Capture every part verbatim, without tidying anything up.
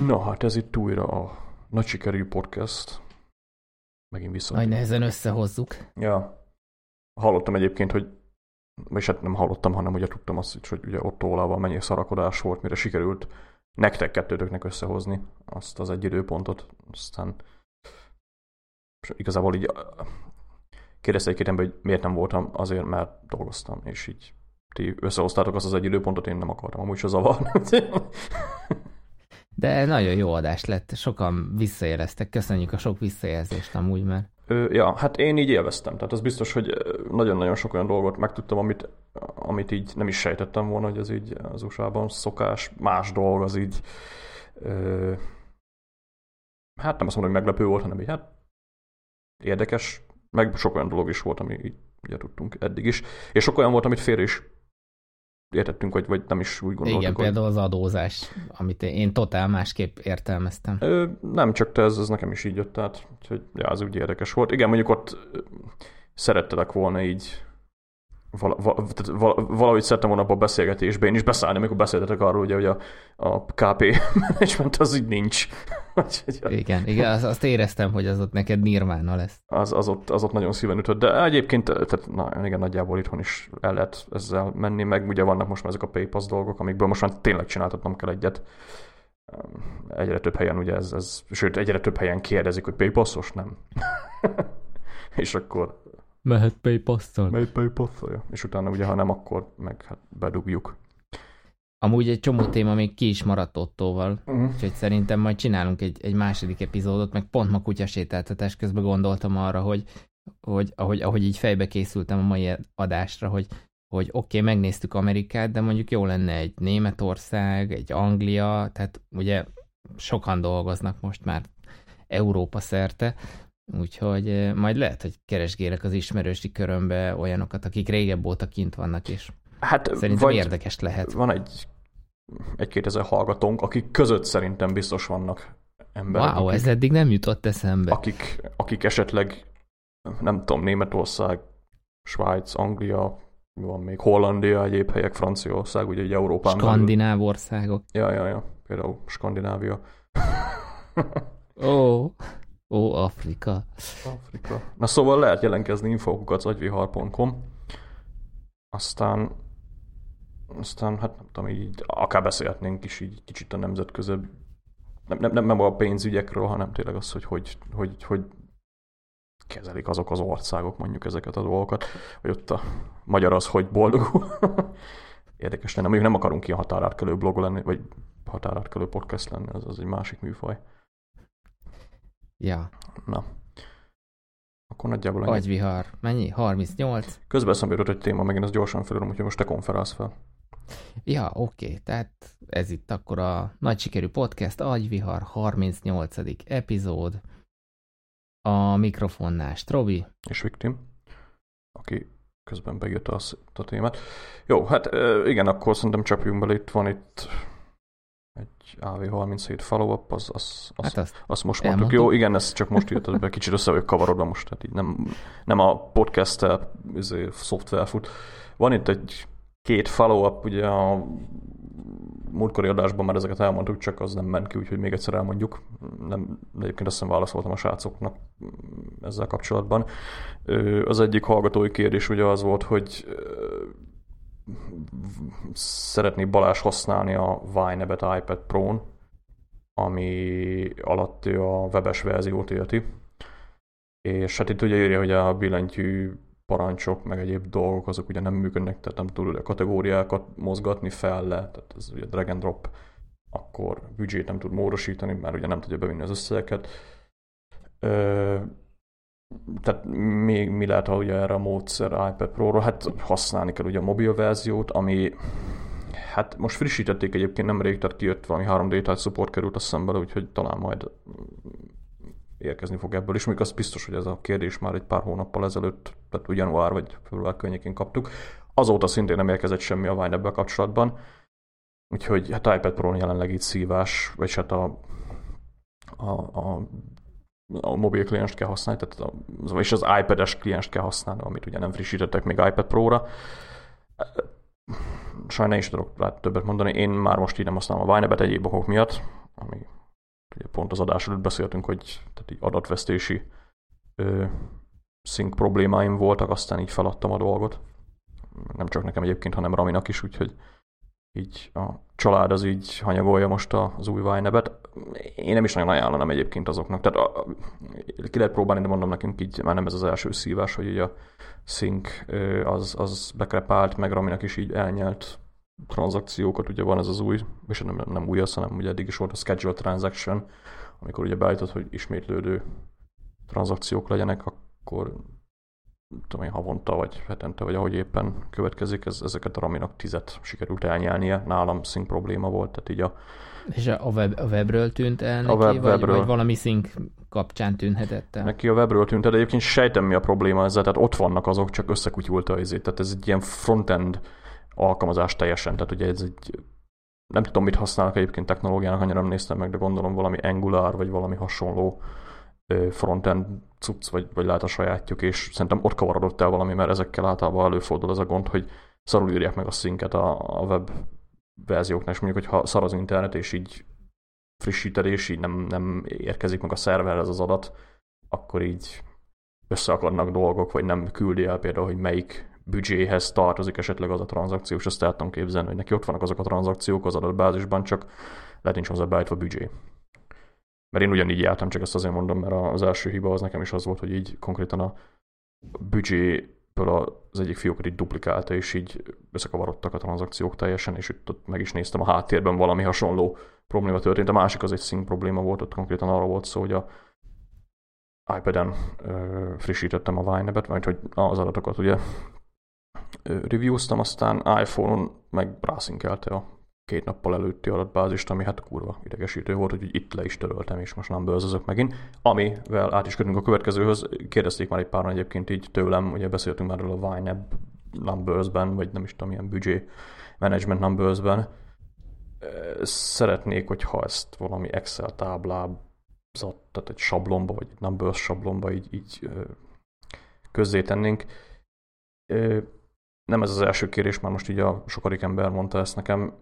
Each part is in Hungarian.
Na hát ez itt újra a nagy sikerű podcast. Megint viszont. Nagy nehezen összehozzuk. Ja. Hallottam egyébként, hogy és hát nem hallottam, hanem ugye tudtam azt, hogy ugye Otto Olával mennyi szarakodás volt, mire sikerült nektek kettőtöknek összehozni azt az egy időpontot. Aztán igazából így kérdezte egy-két ember, hogy miért nem voltam, azért, mert dolgoztam, és így ti összehoztátok azt az egy időpontot, én nem akartam amúgy se zavarni. De nagyon jó adás lett, sokan visszajeleztek, köszönjük a sok visszajelzést amúgy, mert... Ö, ja, hát én így élveztem, tehát az biztos, hogy nagyon-nagyon sok olyan dolgot megtudtam, amit, amit így nem is sejtettem volna, hogy ez így az u es á-ban szokás, más dolog az így, ö, hát nem azt mondom, hogy meglepő volt, hanem így hát érdekes, meg sok olyan dolog is volt, ami így ugye tudtunk eddig is, és sok olyan volt, amit félre is értettünk, vagy, vagy nem is úgy gondoltuk. Igen, például az adózás, amit én totál másképp értelmeztem. Ö, nem csak te, ez, ez nekem is így jött át, úgyhogy ja, az úgy érdekes volt. Igen, mondjuk ott szerettelek volna így vala, vala, vala, valahogy szerettem volna abban a beszélgetésben én is beszállni, amikor beszéltetek arról, ugye, hogy a, a ká pé management az így nincs. Igen, igen, azt, azt éreztem, hogy az ott neked nirvána lesz. Az, az, ott, az ott nagyon szíven ütött, de egyébként tehát, na, igen, nagyjából itthon is el lehet ezzel menni, meg ugye vannak most már ezek a PayPass dolgok, amikből most már tényleg csináltatnom kell egyet. Egyre több helyen ugye ez, ez sőt, egyre több helyen kérdezik, hogy PayPass-os, nem? És akkor mehet PayPass-szal. Mehet PayPass-szal, és utána ugye, ha nem, akkor meg hát bedugjuk. Amúgy egy csomó téma még ki is maradt Ottóval, uh-huh. Úgyhogy szerintem majd csinálunk egy, egy második epizódot, meg pont ma kutyasétáltatás közben gondoltam arra, hogy, hogy ahogy, ahogy így fejbe készültem a mai adásra, hogy, hogy oké, okay, megnéztük Amerikát, de mondjuk jó lenne egy Németország, egy Anglia, tehát ugye sokan dolgoznak most már Európa szerte, úgyhogy majd lehet, hogy keresgélek az ismerősi körömbe olyanokat, akik régebb óta kint vannak, és hát, szerintem érdekes lehet. Van egy egy-két ezer hallgatónk, akik között szerintem biztos vannak emberek. Wow, akik, ez eddig nem jutott eszembe. Akik, akik esetleg, nem tudom, Németország, Svájc, Anglia, van még Hollandia, egyéb helyek, Franciaország, ugye egy Európán Skandináv belül. Országok. Ja, ja, ja, például Skandinávia. Ó, ó, Afrika. Afrika. Na szóval lehet jelentkezni infókukat agyvihar pont com. Aztán Aztán, hát nem tudom, így akár beszélhetnénk is így kicsit a nemzetközebb, nem, nem, nem, nem a pénzügyekről, hanem tényleg az, hogy hogy, hogy hogy kezelik azok az országok mondjuk ezeket a dolgokat, hogy ott a magyar az, hogy boldogul. Érdekes lenne, mondjuk nem akarunk ilyen határátkelő blog lenni, vagy határátkelő podcast lenni, az, az egy másik műfaj. Ja. Na. Akkor nagyjából ennyi. Agyvihar. Mennyi? harmincnyolc? Közben eszembe jutott egy téma, megint ezt gyorsan felírom, úgyhogy most te konferálsz fel. Ja, oké. Okay. Tehát ez itt akkor a nagy sikerű podcast, Agyvihar harmincnyolcadik epizód. A mikrofonnál Strobi. És Viktim, aki közben bejött azt a témát. Jó, hát igen, akkor szerintem csapjunk bele, itt van itt egy á vé harminchét follow-up, az, az, az, hát azt, azt most mondtuk. Elmondtuk. Jó, igen, ez csak most jött be, kicsit össze vagyok kavarodva most, tehát így nem, nem a podcast-tel szoftver fut. Van itt egy két follow-up, ugye a múltkori adásban már ezeket elmondtuk, csak az nem ment ki, úgyhogy még egyszer elmondjuk. Nem, egyébként azt hiszem válaszoltam a srácoknak ezzel kapcsolatban. Az egyik hallgatói kérdés ugye az volt, hogy szeretné Balázs használni a YNAB-et iPad Pro-n, ami alatt ő a webes verziót érti. És hát itt ugye írja, hogy a billentyű parancsok, meg egyéb dolgok, azok ugye nem működnek, tehát nem tudod a kategóriákat mozgatni fel le, tehát ez ugye drag and drop, akkor büdzsét nem tud módosítani, mert ugye nem tudja bevinni az összegeket. Ö, tehát mi, mi lehet ugye erre a módszer iPad Pro-ra? Hát használni kell ugye a mobil verziót, ami hát most frissítették egyébként nemrég, tehát kijött valami három dé Touch support került a szembe, úgyhogy talán majd érkezni fog ebből is. Még az biztos, hogy ez a kérdés már egy pár hónappal ezelőtt, tehát január vagy február környékén kaptuk. Azóta szintén nem érkezett semmi a YNAB-bel kapcsolatban. Úgyhogy hát iPad Pro-n jelenleg itt szívás, vagy hát a, a, a, a mobil klienst kell használni, tehát a, és az iPad-es klienst kell használni, amit ugye nem frissítettek még iPad Pro-ra. Sajnálom, is tudok rá többet mondani. Én már most így nem használom a YNAB-et egyéb okok miatt, ami ugye pont az adás előtt beszéltünk, hogy tehát így adatvesztési ö, sync problémáim voltak, aztán így feladtam a dolgot. Nem csak nekem egyébként, hanem Raminak is, úgyhogy így a család az így hanyagolja most az új Winebet. Én nem is nagyon ajánlanám egyébként azoknak. Tehát a, ki lehet próbálni, de mondom nekünk így már nem ez az első szívás, hogy így a sync az, az bekrepált, meg Raminak is így elnyelt tranzakciókat, ugye van ez az új, és nem, nem új az, hanem ugye eddig is volt a scheduled transaction, amikor ugye beállított, hogy ismétlődő tranzakciók legyenek, akkor tudom én, havonta, vagy hetente, vagy ahogy éppen következik, ez, ezeket a Raminak tizet sikerült elnyelnie. Nálam sync probléma volt, tehát így a... És a, web, a webről tűnt el neki, a web, vagy, webről. vagy valami sync kapcsán tűnhetett el? Neki a webről tűnt el, de egyébként sejtem, mi a probléma ezzel, tehát ott vannak azok, csak összekutyulta az tehát ez egy ilyen frontend alkalmazás teljesen, tehát ugye ez egy... Nem tudom, mit használnak egyébként technológiának, annyira nem néztem meg, de gondolom valami Angular, vagy valami hasonló frontend cucc, vagy, vagy lehet a sajátjuk, és szerintem ott kavarodott el valami, mert ezekkel általában előfordul ez a gond, hogy szarul írják meg a szinket a, a web verzióknál, és mondjuk, hogyha szar az internet, és így frissíted, és így nem, nem érkezik meg a szerverhez az adat, akkor így összeakadnak dolgok, vagy nem küldi el például, hogy melyik büdzséhez tartozik esetleg az a tranzakció, és azt el tudom képzelni, hogy neki ott vannak azok a tranzakciók az adatbázisban, csak lehet nincs hozzá beállítva büdzsé. Mert én ugyanígy jártam, csak ezt azért mondom, mert az első hiba az nekem is az volt, hogy így konkrétan a büdzséből az egyik fiókat így duplikálta, és így összekavarodtak a tranzakciók teljesen, és ott meg is néztem a háttérben valami hasonló probléma történt. A másik az egy sync probléma volt, ott konkrétan arra volt szó, hogy a iPad-en ö, frissítettem a Winebet, majd hogy az adatokat ugye ö, reviewztam, aztán iPhone-on meg rászinkelte a két nappal előtti adatbázist, ami hát kurva idegesítő volt, hogy itt le is töröltem, és most nem bőrzözök megint. Amivel át is kötünk a következőhöz, kérdezték már egy páran egyébként így tőlem, ugye beszéltünk már erről a Wineb Numbers-ben, vagy nem is tudom, ilyen budget management Numbers-ben. Szeretnék, hogyha ezt valami Excel táblázat, tehát egy sablonba, vagy egy Numbers sablonba így, így közzétennénk. Nem ez az első kérés, már most így a sokadik ember mondta ezt nekem.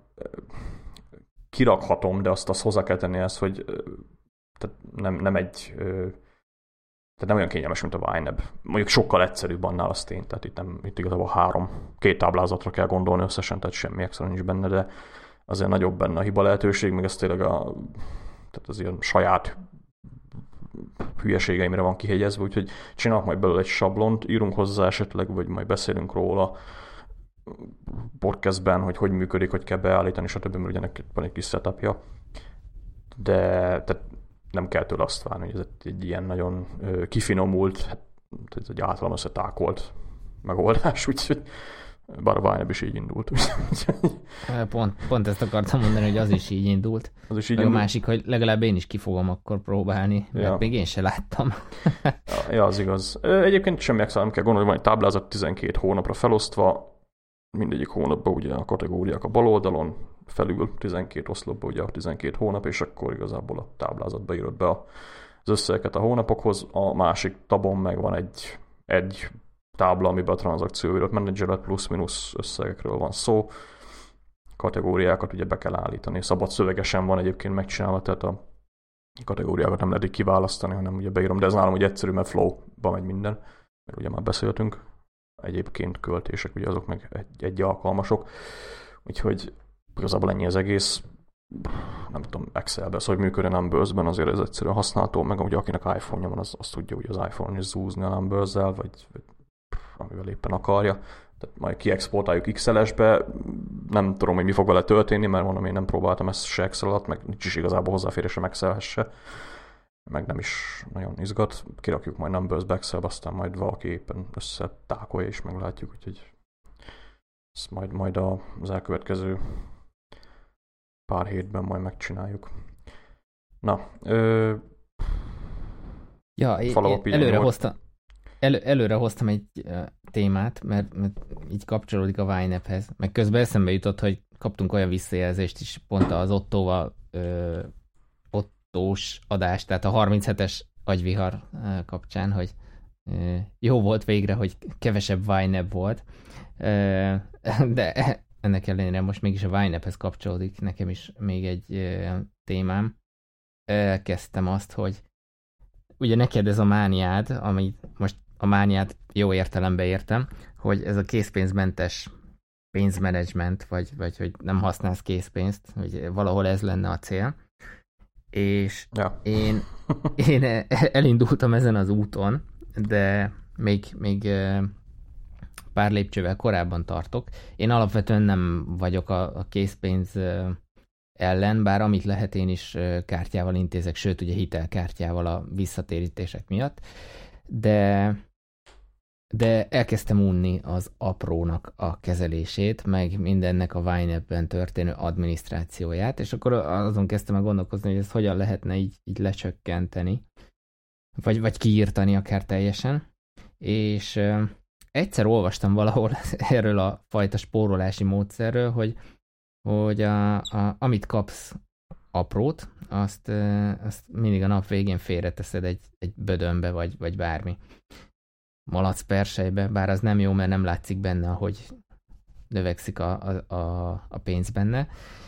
Kirakhatom, de azt, azt hozzá kell tenni ezt, hogy tehát nem, nem egy tehát nem olyan kényelmes, mint a Wineb. Mondjuk sokkal egyszerűbb annál az tény, tehát itt, nem, itt igazából három, két táblázatra kell gondolni összesen, tehát semmi extra nincs benne, de azért nagyobb benne a hiba lehetőség, meg ez tényleg a, tehát az ilyen saját hülyeségeimre van kihegyezve, úgyhogy csinálok majd belőle egy sablont, írunk hozzá esetleg, vagy majd beszélünk róla podcastben, hogy hogy működik, hogy kell beállítani, stb. Mert ugye van egy kis setupja. De tehát nem kell tőle azt várni, hogy ez egy, egy ilyen nagyon kifinomult, hát ez egy általam összetákolt megoldás, úgyhogy bár a Wineb is így indult. Pont, pont ezt akartam mondani, hogy az is így indult. Az is így indult. A másik, hogy legalább én is ki fogom akkor próbálni, mert ja. Még én se láttam. ja, ja, az igaz. Egyébként semmi extra nem kell gondolni, van egy táblázat tizenkét hónapra felosztva, mindegyik hónapban ugye a kategóriák a bal oldalon, felül tizenkét oszlopba ugye a tizenkét hónap, és akkor igazából a táblázatba írod be az összegeket a hónapokhoz. A másik tabon meg van egy, egy tábla, amiben a tranzakcióirat menedzselet plusz-minusz összegekről van szó. Kategóriákat ugye be kell állítani. Szabad szövegesen van egyébként megcsinálva, tehát a kategóriákat nem lehet kiválasztani, hanem ugye beírom, de ez nálam ugye egyszerű, mert flow-ba megy minden, mert ugye már beszéltünk. Egyébként költések, ugye azok meg egy, egy alkalmasok. Úgyhogy igazából ennyi az egész. Nem tudom, Excelbe, szóval hogy működő Numbers-ben azért ez egyszerűen használható, meg ugye akinek iPhone-ja van, az, az tudja ugye az iPhone-on is zúzni a Numbers-zel, vagy, vagy amivel éppen akarja. Tehát majd kiexportáljuk iksz el es-be, nem tudom, hogy mi fog vele történni, mert mondom, én nem próbáltam ezt se Excel alatt, meg nincs is igazából hozzáférésem Excelhez se, meg nem is nagyon izgat. Kirakjuk majd Numbers-be Excelbe, aztán majd valaki éppen összetákolja, és meglátjuk, úgyhogy ezt majd, majd az elkövetkező pár hétben majd megcsináljuk. Na, ö... ja, én előre hoztam, elő, előre hoztam egy uh, témát, mert, mert így kapcsolódik a Winebhez, meg közben eszembe jutott, hogy kaptunk olyan visszajelzést is pont az Ottóval uh, Ottós adást, tehát a harminchetes agyvihar uh, kapcsán, hogy uh, jó volt végre, hogy kevesebb Wineb volt, uh, de ennek ellenére most mégis a Winebhez kapcsolódik nekem is még egy uh, témám. elkezdtem azt, hogy ugye neked ez a mániád, amit most a mániát jó értelembe értem, hogy ez a készpénzmentes pénzmenedzsment, vagy, vagy hogy nem használsz készpénzt, hogy valahol ez lenne a cél. És ja. én, én elindultam ezen az úton, de még, még pár lépcsővel korábban tartok. Én alapvetően nem vagyok a, a készpénz ellen, bár amit lehet én is kártyával intézek, sőt ugye hitelkártyával a visszatérítések miatt, de, de elkezdtem unni az aprónak a kezelését, meg mindennek a Wine-ben történő adminisztrációját, és akkor azon kezdtem el gondolkozni, hogy ezt hogyan lehetne így, így lecsökkenteni, vagy, vagy kiírtani akár teljesen, és uh, egyszer olvastam valahol erről a fajta spórolási módszerről, hogy hogy a, a, amit kapsz aprót, azt, azt mindig a nap végén félreteszed egy, egy bödönbe, vagy, vagy bármi malac persejbe, bár az nem jó, mert nem látszik benne, ahogy növekszik a, a, a, a pénz benne.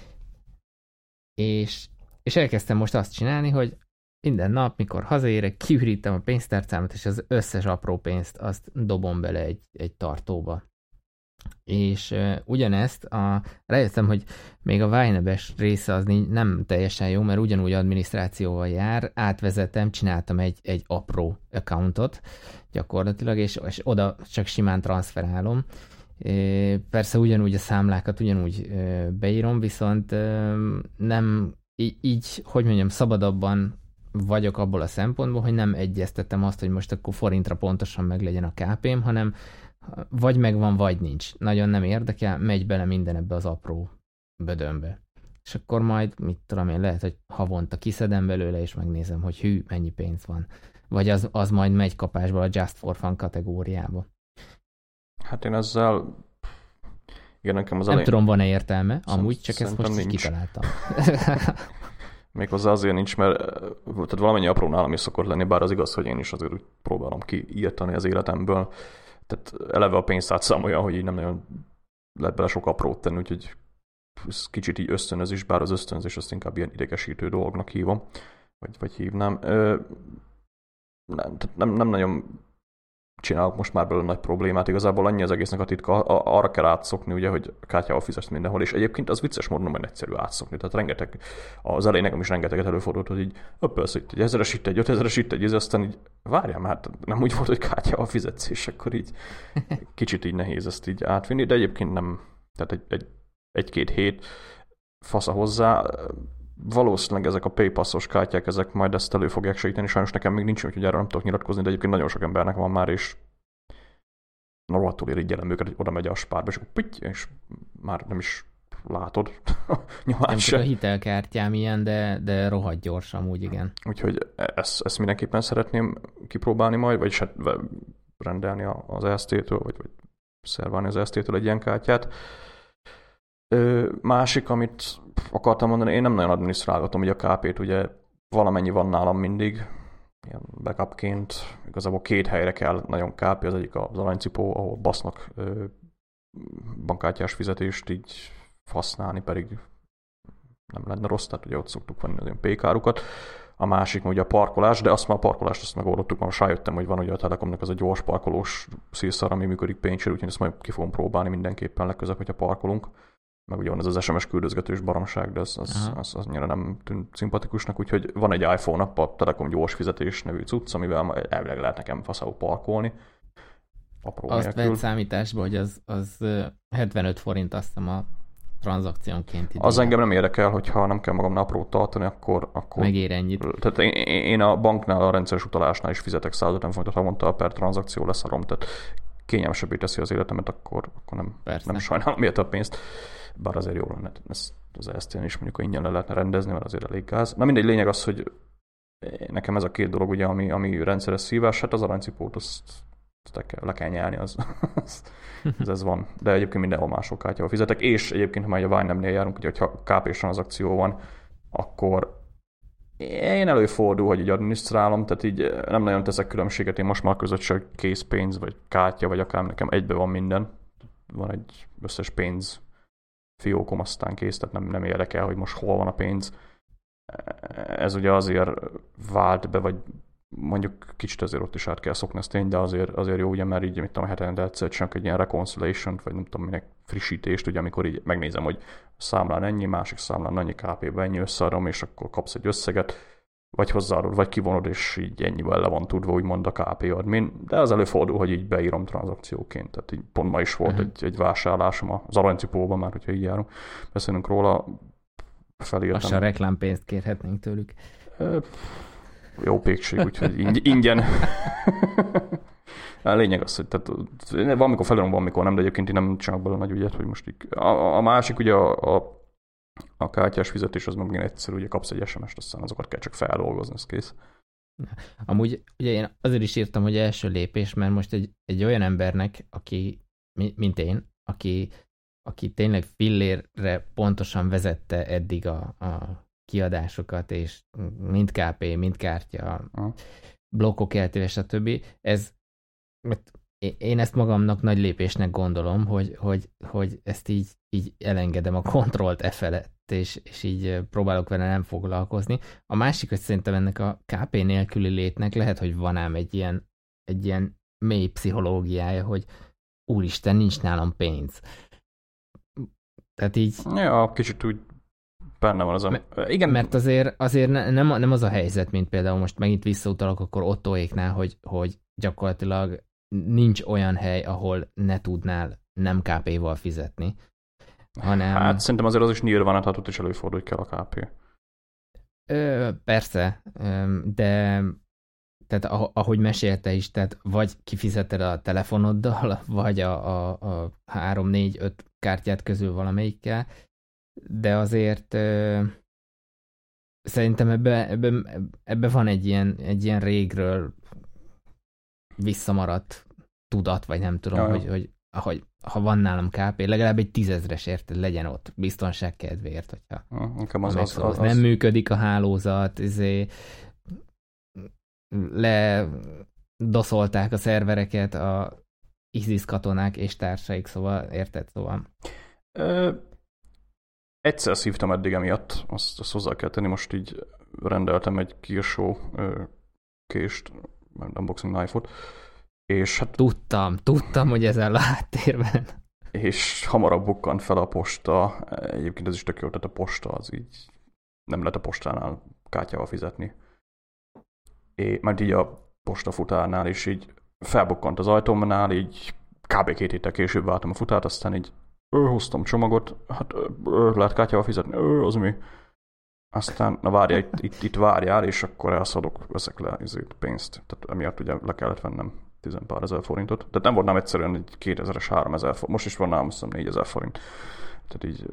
És, és elkezdtem most azt csinálni, hogy minden nap, mikor hazaérek, kiürítem a pénztárcámat, és az összes apró pénzt azt dobom bele egy, egy tartóba. És uh, ugyanezt a, rájöttem, hogy még a Wine-es része az nem teljesen jó, mert ugyanúgy adminisztrációval jár, átvezetem, csináltam egy, egy apró accountot gyakorlatilag, és, és oda csak simán transferálom. E, persze ugyanúgy a számlákat ugyanúgy e, beírom, viszont e, nem így, így, hogy mondjam, szabadabban vagyok abból a szempontból, hogy nem egyeztetem azt, hogy most akkor forintra pontosan meg legyen a ká pém, hanem vagy megvan, vagy nincs. Nagyon nem érdekel, megy bele minden ebbe az apró bödönbe. És akkor majd, mit tudom én, lehet, hogy havonta kiszedem belőle, és megnézem, hogy hű, mennyi pénz van. Vagy az, az majd megy kapásba a Just for Fun kategóriába. Hát én ezzel... Igen, nekem az nem elején... tudom, van-e értelme, amúgy, csak ezt most nincs. kitaláltam. Méghozzá azért nincs, mert tehát valamennyi apró nálam is szokott lenni, bár az igaz, hogy én is azért úgy próbálom kiírtani az életemből. Tehát eleve a pénztárcám olyan, hogy így nem nagyon lehet bele sok aprót tenni, úgyhogy ez kicsit így ösztönöz is, bár az ösztönzés azt inkább ilyen idegesítő dolognak hívom, vagy, vagy hívnám. Ö, nem, nem, nem nagyon csinálok most már belőle nagy problémát, igazából annyi az egésznek a titka, arra kell átszokni, ugye, hogy kártyával fizetsz mindenhol, és egyébként az vicces módon nagyon egyszerű átszokni, tehát rengeteg, az elején nekem is rengeteget előfordult, hogy így, persze, itt egy ezeres, itt egy ötezeres, itt egy, ez aztán így, várjál már, nem úgy volt, hogy kártyával fizetsz, és akkor így kicsit így nehéz ezt így átvinni, de egyébként nem, tehát egy, egy, egy-két hét fasza hozzá, valószínűleg ezek a PayPass-os kártyák, ezek majd ezt elő fogják segíteni, sajnos nekem még nincs, úgyhogy erről nem tudok nyilatkozni, de egyébként nagyon sok embernek van már, és na rohadtul irigyelem őket, hogy oda megy a spárba, és akkor pitty, és már nem is látod nyomás. Nem csak a hitelkártyám ilyen, de, de rohadt gyors amúgy, igen. Úgyhogy ezt, ezt mindenképpen szeretném kipróbálni majd, vagy rendelni az e es té-től, vagy, vagy szerválni az e es té-től egy ilyen kártyát. Másik, amit akartam mondani, én nem nagyon adminisztrálgatom ugye a ká pét, ugye valamennyi van nálam mindig, ilyen backupként, igazából két helyre kell nagyon ká pé, az egyik az aranycipó, ahol basznak bankkártyás fizetést így használni, pedig nem lenne rossz, tehát ugye ott szoktuk venni az ilyen pékárukat. A másik ugye a parkolás, de azt már a parkolást azt megoldottuk, most rájöttem, hogy van ugye a Telekomnak az a gyors parkolós szírszar, ami működik Péncsér, úgyhogy ezt majd ki fogom próbálni mindenképpen legközelebb, hogyha parkolunk. Meg ugye van ez az es em es küldözgetős baromság, de az, az, az, az annyira nem tűnt szimpatikusnak, úgyhogy van egy iPhone app, a Telekom gyors fizetés nevű cucc, amivel elvileg lehet nekem faszául parkolni. Apró azt nélkül. vett számításba, hogy az, az hetvenöt forint azt hiszem a tranzakciónként idő. Az engem nem érdekel, hogyha nem kell magamnál aprót tartani, akkor... akkor megér ennyit. Tehát én, én a banknál, a rendszeres utalásnál is fizetek száz ötven forintot havonta per tranzakció, leszarom, tehát kényelmesebbé teszi az életemet, akkor, akkor nem, nem sajnálom érte a pénzt. Bár azért jó lenne, ezt az e es té-n is mondjuk ingyen le lehetne rendezni, mert azért elég gáz. Na mindegy, lényeg az, hogy nekem ez a két dolog, ugye, ami, ami rendszeres szívás, hát az aranycipót, azt, azt le, kell, le kell nyelni, az, az, ez, ez van. De egyébként mindenhol máshol kártyával fizetek, és egyébként, ha már a Wine-nél járunk, ugye, hogyha ká pés tranzakció van, akkor én előfordul, hogy így adminisztrálom, tehát így nem nagyon teszek különbséget, én most már között csak készpénz, vagy kártya, vagy akár nekem egybe van minden. Van egy összes pénz fiókom, aztán kész, tehát nem, nem érdekel, hogy most hol van a pénz. ez ugye azért vált be, vagy mondjuk kicsit azért ott is át kell szokni, ez tény, de azért, azért jó, ugye, mert így, mit tudom, hetente egyszer csinálok egy ilyen reconciliation-t, vagy nem tudom minek frissítést, ugye, amikor így megnézem, hogy számlán ennyi, másik számlán annyi ká pé-be ennyi összeadom, és akkor kapsz egy összeget, vagy hozzáadod, vagy kivonod, és így ennyivel le van tudva, úgymond a ká pé admin, de az előfordul, hogy így beírom tranzakcióként, tehát így pont ma is volt uh-huh. egy, egy vásárlásom az aranycipóban már, hogyha így járunk, beszélünk róla, felírtam. Lassan reklámpénzt kérhetnénk tőlük. Jó pékség, úgyhogy ingyen. A lényeg az, hogy tehát, valamikor felírom, valamikor nem, de egyébként én nem csinálok belőle nagy ügyet, hogy most így. A, a másik ugye a, a, a kártyás fizetés az meg egyszerű, ugye kapsz egy es em est, aztán azokat kell csak feldolgozni, ez kész. Amúgy ugye én azért is írtam, hogy első lépés, mert most egy, egy olyan embernek, aki, mint én, aki, aki tényleg fillérre pontosan vezette eddig a, a kiadásokat, és mind ká pé, mind kártya, uh. blokkok eltéve, stb. Ez, én ezt magamnak nagy lépésnek gondolom, hogy, hogy, hogy ezt így, így elengedem a kontrollt e felett, és, és így próbálok vele nem foglalkozni. A másik, hogy szerintem ennek a ká pé nélküli létnek lehet, hogy van ám egy ilyen, egy ilyen mély pszichológiája, hogy úristen, nincs nálam pénz. Tehát így... Ja, kicsit úgy benne van az a... Igen, mert azért, azért ne, nem, nem az a helyzet, mint például most megint visszautalok akkor Ottoéknál, hogy, hogy gyakorlatilag nincs olyan hely, ahol ne tudnál nem ká pé-val fizetni. Hanem... Hát szerintem azért az is nyilván, hát ott is előfordul, hogy kell a ká pé. Ö, persze, de tehát ahogy mesélte is, tehát vagy kifizeted a telefonoddal, vagy a, a, a három, négy, öt kártyát közül valamelyikkel, de azért ö, szerintem ebbe, ebbe, ebbe van egy ilyen, egy ilyen régről visszamaradt tudat, vagy nem tudom, hogy, hogy, hogy ha van nálam ká pé, legalább egy tízezres, érted, legyen ott, biztonság kedvéért, hogyha ha az, az, az, nem az... működik a hálózat, ezért ledoszolták a szervereket a ISIS katonák és társaik, szóval érted, szóval. Ö, egyszer szívtam eddig emiatt, azt, azt hozzá kell tenni, most így rendeltem egy Kirsó kést, unboxing knife-ot, és hát... Tudtam, tudtam, hogy ez áll a háttérben. És hamarabb bukkant fel a posta, egyébként ez is tök jó, tehát a posta az így nem lehet a postánál kártyával fizetni. É, mert így a postafutárnál is így felbukkant az ajtómnál, így kb. Két héttel később váltam a futárt, aztán így ő, hoztam csomagot, hát ő, lehet kártyával fizetni, ő, az mi? Aztán, na várjál, itt, itt, itt várjál, és akkor elszadok, veszek le ezért pénzt. Tehát emiatt ugye le kellett vennem tizenpár ezer forintot. Tehát nem volt nem egyszerűen egy kétezeres, háromezer forint. Most is van nálam, azt hiszem, négyezer forint. Tehát így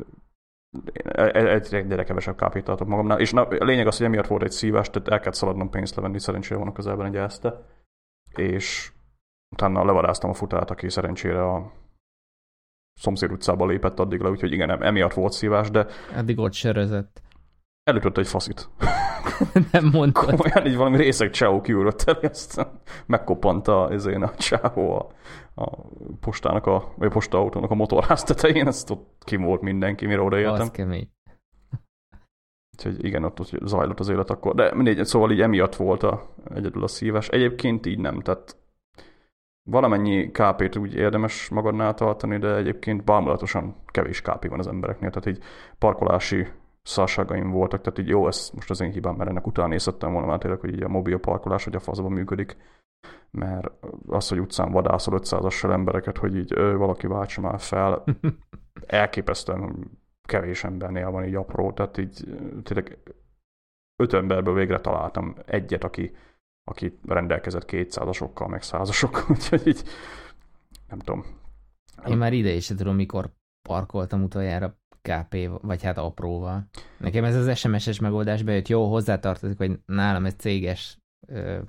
egyre kevesebb ká pét tartok magamnál. És na, a lényeg az, hogy emiatt volt egy szívás, tehát el kellett szaladnom pénzt levenni, szerencsére van a közelben egy Erste. És utána levadáztam a futárt, aki szerencsére a szomszéd utcába lépett addig le, úgyhogy igen, emiatt volt szívás, de... Addig ott sörözött. Előtt egy faszit. Nem mondtad. Komolyan így valami részeg csávó kiúrott el, aztán megkoppant a, ezén a csávó a, a postának, a, vagy a postaautónak a motorház tetején, ezt ott kim volt mindenki, mire odaértem. Az kemény. Úgyhogy igen, ott, ott zajlott az élet akkor. De mindegy, szóval így emiatt volt a, egyedül a szívás. Egyébként így nem, tehát valamennyi ká pét úgy érdemes magadnál tartani, de egyébként bámulatosan kevés ká pé van az embereknél, tehát így parkolási szarságaim voltak, tehát így jó, ez most az én hibám, mert ennek után nézhettem volna már tényleg, hogy így a mobil parkolás, hogy a faszban működik, mert az, hogy utcán vadászol ötszázassal embereket, hogy így ő, valaki váltsa már fel, elképesztően kevés embernél van így apró, tehát így tényleg öt emberből végre találtam egyet, aki, aki rendelkezett kétszázasokkal, meg százasokkal, úgyhogy így nem tudom. Én már ide is tudom, mikor parkoltam utoljára ká pé, vagy hát apróval. Nekem ez az es em es-es megoldás bejött. Jó, hozzátartozik, hogy nálam ez céges ö,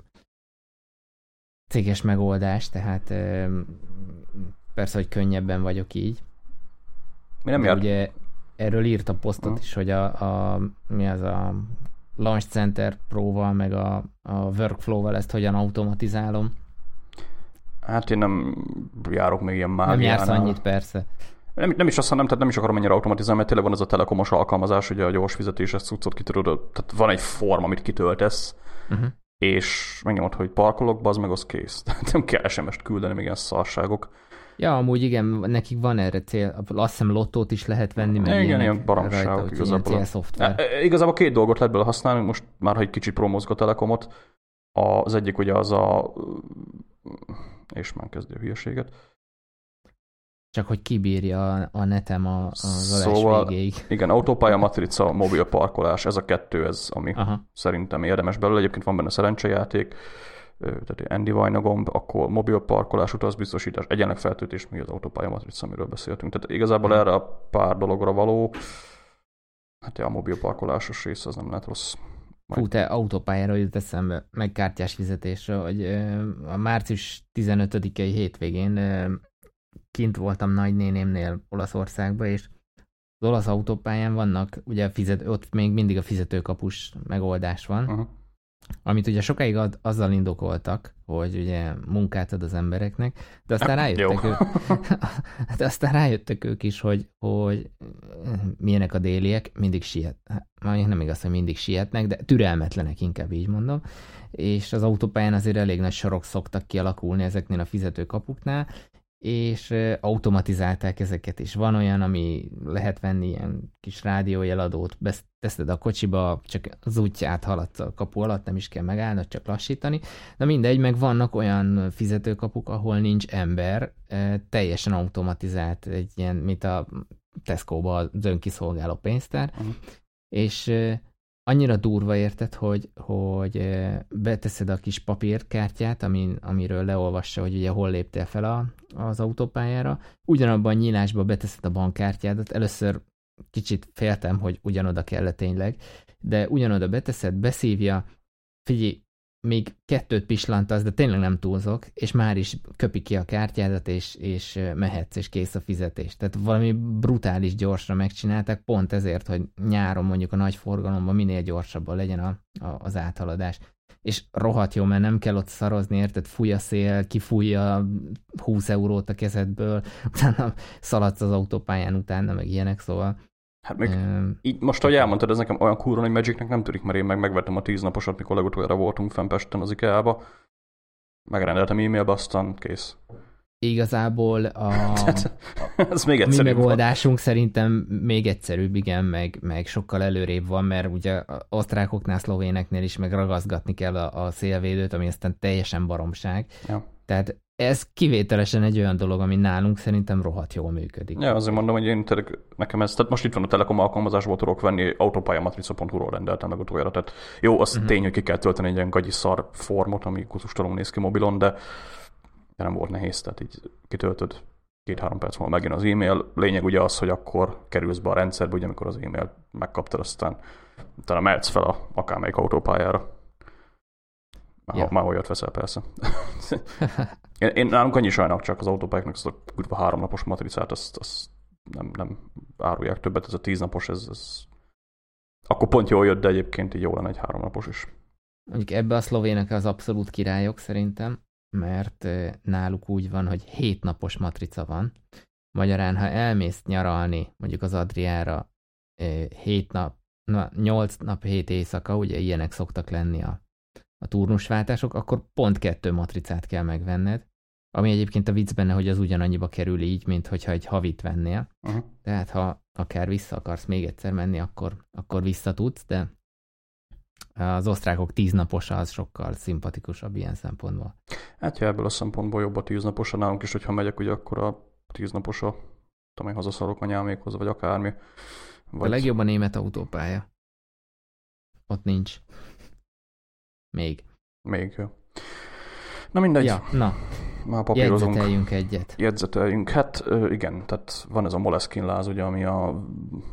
céges megoldás, tehát ö, persze, hogy könnyebben vagyok így. Mi nem jár? Ugye erről írt a posztot uh. is, hogy a, a mi az a Launch Center Pro-val, meg a, a Workflow-val ezt hogyan automatizálom. Hát én nem járok még ilyen mágiánál. Nem jársz annyit, persze. Nem, nem is azt hanem, tehát nem is akarom ennyire automatizálni, mert tényleg van ez a telekomos alkalmazás, ugye a gyors fizetéses cuccot kitöröd, tehát van egy form, amit kitöltesz, uh-huh. és megnyomod, hogy parkolok, az meg az kész. Tehát nem kell es em est küldeni, még ilyen szarságok. Ja, amúgy igen, nekik van erre cél, azt hiszem lottót is lehet venni, meg igen, ilyenek ilyen baromságok rajta, igazából. Ilyen célszoftver. E, igazából két dolgot lehet belőle használni, most már, ha egy kicsit promózga a Telekomot, az egyik ugye az a... és már kezdi a hülyeséget. Csak hogy kibírja a netem a, az adás szóval, végéig. Igen, autópálya, matrica, mobil parkolás, ez a kettő, ez, ami Aha. szerintem érdemes belőle. Egyébként van benne szerencsejáték, tehát Andy Vajna gomb, akkor mobil parkolás, utazbiztosítás, egyenleg feltöltés, még az autópálya, matrica, amiről beszéltünk. Tehát igazából erre a pár dologra való, hát ja, a mobil parkolásos rész az nem lehet rossz. Majd. Fú, te autópályára jut eszembe, meg kártyás fizetésre, hogy a március tizenötödikei hétvégén kint voltam nagynénémnél Olaszországban, és az olasz autópályán vannak, ugye fizet, ott még mindig a fizetőkapus megoldás van, uh-huh. amit ugye sokáig ad, azzal indokoltak, hogy ugye munkát ad az embereknek, de aztán rájöttek, ők, de aztán rájöttek ők is, hogy, hogy milyenek a déliek, mindig siet. Mondjuk nem igaz, hogy mindig sietnek, de türelmetlenek, inkább így mondom, és az autópályán azért elég nagy sorok szoktak kialakulni ezeknél a fizetőkapuknál, és automatizálták ezeket is. Van olyan, ami lehet venni ilyen kis rádiójeladót, teszed a kocsiba, csak az útját haladsz a kapu alatt, nem is kell megállnod, csak lassítani. Na mindegy, meg vannak olyan fizetőkapuk, ahol nincs ember, teljesen automatizált, egy ilyen, mint a Tesco-ba az önkiszolgáló pénztár, uh-huh. és annyira durva érted, hogy, hogy beteszed a kis papírkártyát, amin, amiről leolvassa, hogy ugye hol léptél fel a, az autópályára. Ugyanabban a nyílásba beteszed a bankkártyádat. Először kicsit féltem, hogy ugyanoda kell tényleg, de ugyanoda beteszed, beszívja, figyelj, még kettőt pislantasz, de tényleg nem túlzok, és már is köpi ki a kártyádat, és, és mehetsz, és kész a fizetés. Tehát valami brutális gyorsra megcsinálták, pont ezért, hogy nyáron mondjuk a nagy forgalomban minél gyorsabban legyen a, a, az áthaladás. És rohadt jó, mert nem kell ott szarozni, érted? Fúj a szél, kifújja húsz eurót a kezedből, utána szaladsz az autópályán utána, meg ilyenek, szóval... Hát még um, így most, ahogy elmondtad, ez nekem olyan kurva, hogy Magicnek nem tűnik, mert én meg megvettem a tíz naposat, mikor legutoljára voltunk fenn Pesten az IKEA-ba. Megrendeltem e-mailbe, aztán kész. Igazából a, ez még a mi megoldásunk van. Szerintem még egyszerűbb, igen, meg, meg sokkal előrébb van, mert ugye az osztrákoknál, szlovéneknél is meg ragaszgatni kell a, a szélvédőt, ami aztán teljesen baromság. Ja. Tehát ez kivételesen egy olyan dolog, ami nálunk szerintem rohadt jól működik. Ja, azért mondom, hogy én tényleg nekem ez, tehát most itt van a Telekom alkalmazásból tudok venni, autópályamatrica pont hu-ról rendeltem meg utoljára, tehát jó, az uh-huh. tény, hogy ki kell tölteni egy ilyen gagyi szar formot, ami kutustalom néz ki mobilon, de nem volt nehéz, tehát így kitöltöd, két-három perc múlva megjön az e-mail. Lényeg ugye az, hogy akkor kerülsz be a rendszerbe, ugye amikor az e-mail megkaptad, aztán utána mehetsz fel a, akármelyik autópályára. Már, ja. már olyat veszel, persze. én, én nálunk annyi sajnálok csak az autópályáknak, az a kurva háromnapos matricát, azt, azt nem, nem árulják többet, ez a tíznapos, ez, ez akkor pont jól jött, de egyébként így jó lenne egy háromnapos is. Mondjuk ebbe a szlovének az abszolút királyok szerintem, mert náluk úgy van, hogy hét napos matrica van. Magyarán, ha elmész nyaralni, mondjuk az Adriára hét nap, na, nyolc nap, hét éjszaka, ugye ilyenek szoktak lenni a, a turnusváltások, akkor pont kettő matricát kell megvenned, ami egyébként a vicc benne, hogy az ugyanannyiba kerül így, mint hogyha egy havit vennél. Uh-huh. Tehát ha akár vissza akarsz még egyszer menni, akkor, akkor vissza tudsz, de az osztrákok tíznaposa az sokkal szimpatikusabb ilyen szempontból. Hát ja, ebből a szempontból jobb a tíznaposa nálunk is, hogyha megyek, ugye akkor a tíznaposa, tudom én, hazaszarok anyámékhoz, vagy akármi. Vagy... A legjobb a német autópálya. Ott nincs. Még. Még, jó. Na mindegy. Ja, na. Már papírozunk. Jegyzeteljünk egyet. Jegyzeteljünk. Hát igen, tehát van ez a Moleskine láz, ugye, ami a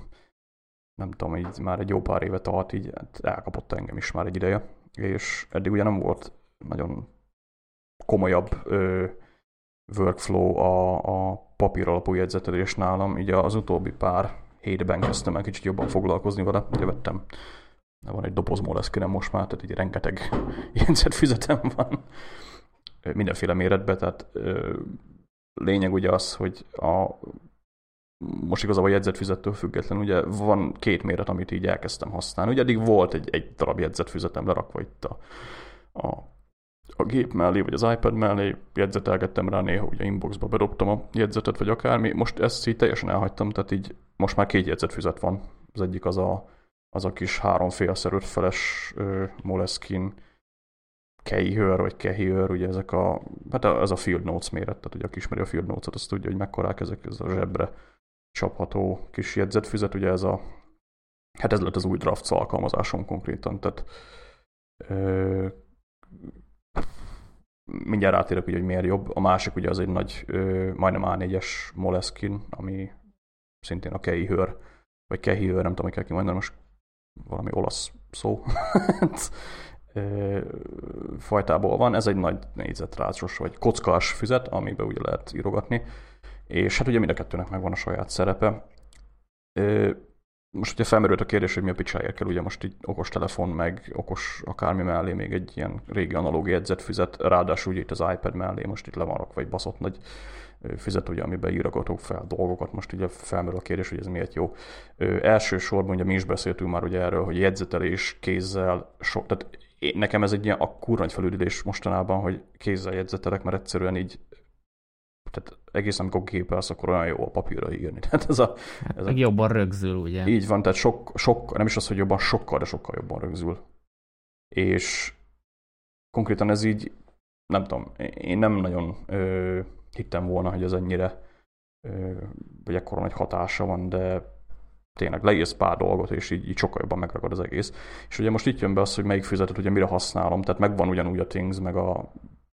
nem tudom, így már egy jó pár éve tart, így elkapott engem is már egy ideje, és eddig ugye nem volt nagyon komolyabb ö, workflow a, a papír alapú jegyzetelés nálam, így az utóbbi pár hétben kezdtem el kicsit jobban foglalkozni vele, ugye vettem, van egy doboz Moleskine-em most már, tehát így rengeteg jegyzetfüzetem van, mindenféle méretben, tehát ö, lényeg ugye az, hogy a most igazából a jegyzetfüzettől függetlenül, ugye van két méret, amit így elkezdtem használni. Ugye eddig volt egy, egy darab jegyzetfüzetem lerakva itt a, a, a gép mellé, vagy az iPad mellé, jegyzetelgettem rá, néha ugye inboxba bedobtam a jegyzetet, vagy akármi. Most ezt így teljesen elhagytam, tehát így most már két jegyzetfüzet van. Az egyik az a, az a kis háromfélszer ötfeles uh, Moleskine Keihör, vagy Kehihör, ugye ezek a, hát ez a Field Notes méret, tehát ugye aki ismeri a Field Notes-ot, azt tudja, hogy mekkorák ezek, ez a zsebre csapható kis jegyzetfüzet, ugye ez a, hát ez lett az új Drafts alkalmazásom konkrétan, tehát ö, mindjárt átérek, ugye, hogy miért jobb. A másik ugye az egy nagy, ö, majdnem á négyes Moleskine, ami szintén a Keihör, vagy Kehihör, nem tudom, hogy kell kimondani, most valami olasz szó fajtából van. Ez egy nagy négyzetrácos, vagy kockás füzet, amiben ugye lehet írogatni. És hát ugye mind a kettőnek megvan a saját szerepe. Most ugye felmerült a kérdés, hogy mi a picsáért kell, ugye most így okos telefon, meg okos akármi mellé még egy ilyen régi analóg jegyzetfüzet, ráadásul ugye itt az iPad mellé most itt le van rakva egy baszott nagy füzet, ugye, amiben írogatok fel dolgokat. Most ugye felmerül a kérdés, hogy ez miért jó. Ö, elsősorban ugye mi is beszéltünk már ugye erről, hogy jegyzetelés kézzel, so, tehát nekem ez egy ilyen a kurva nagy felüldülés mostanában, hogy kézzel jegyzetelek, mert egyszerűen így tehát egészen amikor gépelsz, akkor olyan jó a papírra írni. Tehát ez a, ez meg a, jobban rögzül, ugye? Így van, tehát sok, sok, nem is az, hogy jobban, sokkal, de sokkal jobban rögzül. És konkrétan ez így, nem tudom, én nem nagyon ö, hittem volna, hogy ez ennyire, ö, vagy ekkora nagy hatása van, de tényleg leírsz pár dolgot, és így, így sokkal jobban megragad az egész. És ugye most itt jön be az, hogy melyik füzetet ugye mire használom, tehát megvan ugyanúgy a Things, meg a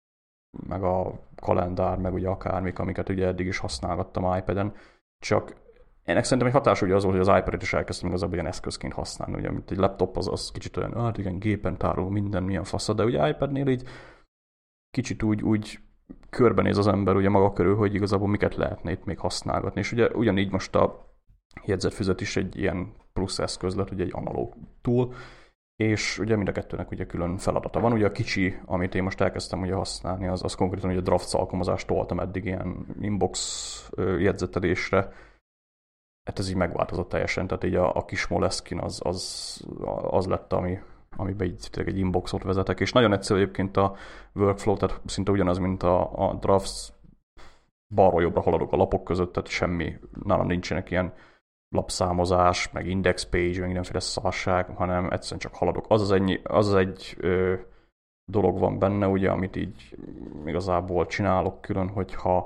meg a kalendár, meg ugye akármik, amiket ugye eddig is használgattam iPad-en, csak ennek szerintem egy hatás ugye az volt, hogy az iPad-et is elkezdtem igazából ilyen eszközként használni, ugye, mint egy laptop, az, az kicsit olyan, hát igen, gépen tároló, minden milyen faszad, de ugye iPad-nél így kicsit úgy, úgy körbenéz az ember ugye maga körül, hogy igazából miket lehetne itt még használgatni, és ugye ugyanígy most a jegyzetfüzet is egy ilyen plusz eszköz lett, ugye egy analóg tool, és ugye mind a kettőnek ugye külön feladata van. Ugye a kicsi, amit én most elkezdtem ugye használni, az, az konkrétan ugye a Drafts alkalmazást toltam eddig ilyen inbox jegyzetelésre. Hát ez így megváltozott teljesen, tehát így a, a kis Moleskine az, az, az lett, ami, amiben így tényleg egy inboxot vezetek, és nagyon egyszerű egyébként a workflow, tehát szinte ugyanaz, mint a, a Drafts, balról jobbra haladok a lapok között, tehát semmi, nálam nincsenek ilyen lapszámozás, meg index page, meg mindenféle szarság, hanem egyszerűen csak haladok. Az az, ennyi, az, az egy ö, dolog van benne, ugye, amit így igazából csinálok külön, hogyha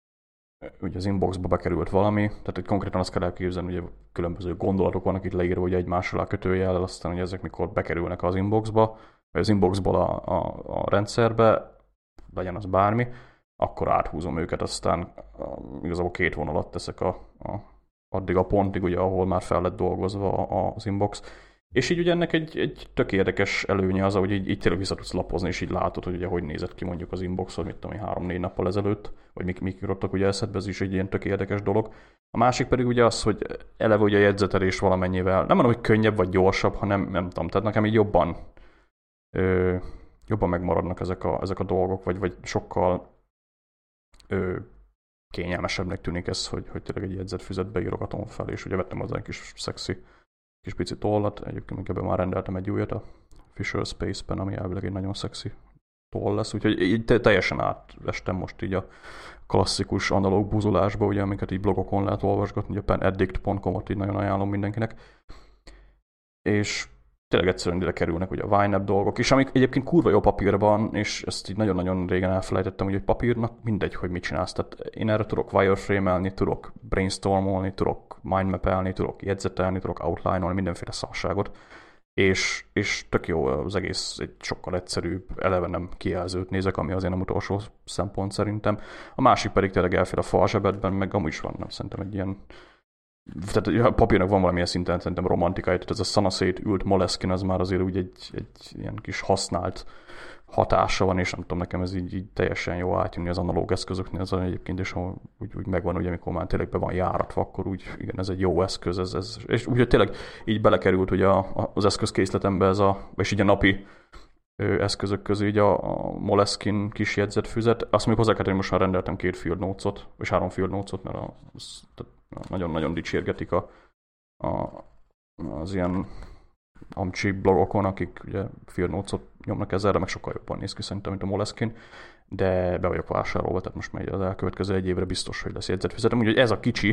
ugye az inboxba bekerült valami, tehát hogy konkrétan azt kell elképzelni, hogy különböző gondolatok vannak itt leírva, ugye egymás alá kötőjellel, aztán hogy ezek mikor bekerülnek az inboxba, vagy az inboxból a, a, a rendszerbe, legyen az bármi, akkor áthúzom őket, aztán a, igazából két vonalat teszek a, a addig a pontig, ugye, ahol már fel lett dolgozva az inbox. És így ugye ennek egy, egy tök érdekes előnye az, hogy így, így tényleg vissza tudsz lapozni, és így látod, hogy ugye hogy nézett ki mondjuk az inboxod, mit tudom, három-négy nappal ezelőtt, vagy mik, mik jutottak ugye eszedbe, ez is egy ilyen tök érdekes dolog. A másik pedig ugye az, hogy eleve ugye a jegyzetelés valamennyivel, nem mondom, hogy könnyebb vagy gyorsabb, hanem nem tudom, tehát nekem így jobban, ö, jobban megmaradnak ezek a, ezek a dolgok, vagy, vagy sokkal ö, kényelmesebbnek tűnik ez, hogy, hogy tényleg egy jegyzetfüzetbe írogatom fel, és ugye vettem hozzá egy kis szexi kis pici tollat, egyébként ebben már rendeltem egy újat a Fisher Space Pen, ami elvileg egy nagyon szexi toll lesz, úgyhogy így teljesen átvestem most így a klasszikus analóg buzulásba, ugye, amiket így blogokon lehet olvasgatni, ugye a penaddict pont com-ot így nagyon ajánlom mindenkinek, és tényleg egyszerűen ide kerülnek ugye a YNAB dolgok, és amik egyébként kurva jó papírban, és ezt így nagyon-nagyon régen elfelejtettem, hogy egy papírnak mindegy, hogy mit csinálsz. Tehát én erre tudok wireframe-elni, tudok brainstormolni, tudok mindmap-elni, tudok jegyzetelni, tudok outline-olni, mindenféle szarságot, és, és tök jó az egész, egy sokkal egyszerűbb, eleve nem kijelzőt nézek, ami azért nem utolsó szempont szerintem. A másik pedig tényleg elfér a falzsebedben, meg amúgy is van, nem szerintem egy ilyen. Tehát a papírnak van valamilyen szinten szerintem romantikai, tehát ez a szanaszét ült Moleskine, az már azért úgy egy, egy ilyen kis használt hatása van, és nem tudom, nekem ez így, így teljesen jó átjönni az analóg eszközöknél, ez egyébként is úgy, úgy megvan, ugye, amikor már tényleg be van járatva, akkor úgy, igen, ez egy jó eszköz, ez, ez, és úgyhogy tényleg így belekerült ugye a, az eszközkészletembe ez a, és így a napi eszközök közé így a, a Moleskine kis jegyzetfüzet. Azt mondjuk hozzá kell tenni, most már rendeltem két Field Notes-ot, vagy három Field Notes-ot, mert a, az, tehát nagyon-nagyon dicsérgetik a, a, az ilyen amcsi blogokon, akik ugye Field Notes-ot nyomnak ezzel, meg sokkal jobban néz ki szerintem, mint a Moleskine, de be vagyok vásárolva, tehát most megy az elkövetkező egy évre biztos, hogy lesz jegyzetfüzetem, úgyhogy ez a kicsi.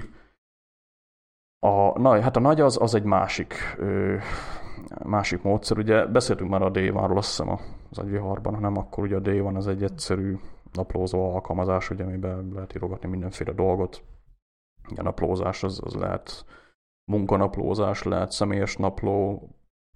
A, na, hát a nagy az, az egy másik, ö, másik módszer, ugye beszéltünk már a Day One-ról, azt hiszem az agyviharban, hanem akkor ugye a Day One az egy egyszerű naplózó alkalmazás, ugye, amiben lehet írogatni mindenféle dolgot. A naplózás az, az lehet munkanaplózás, lehet személyes napló,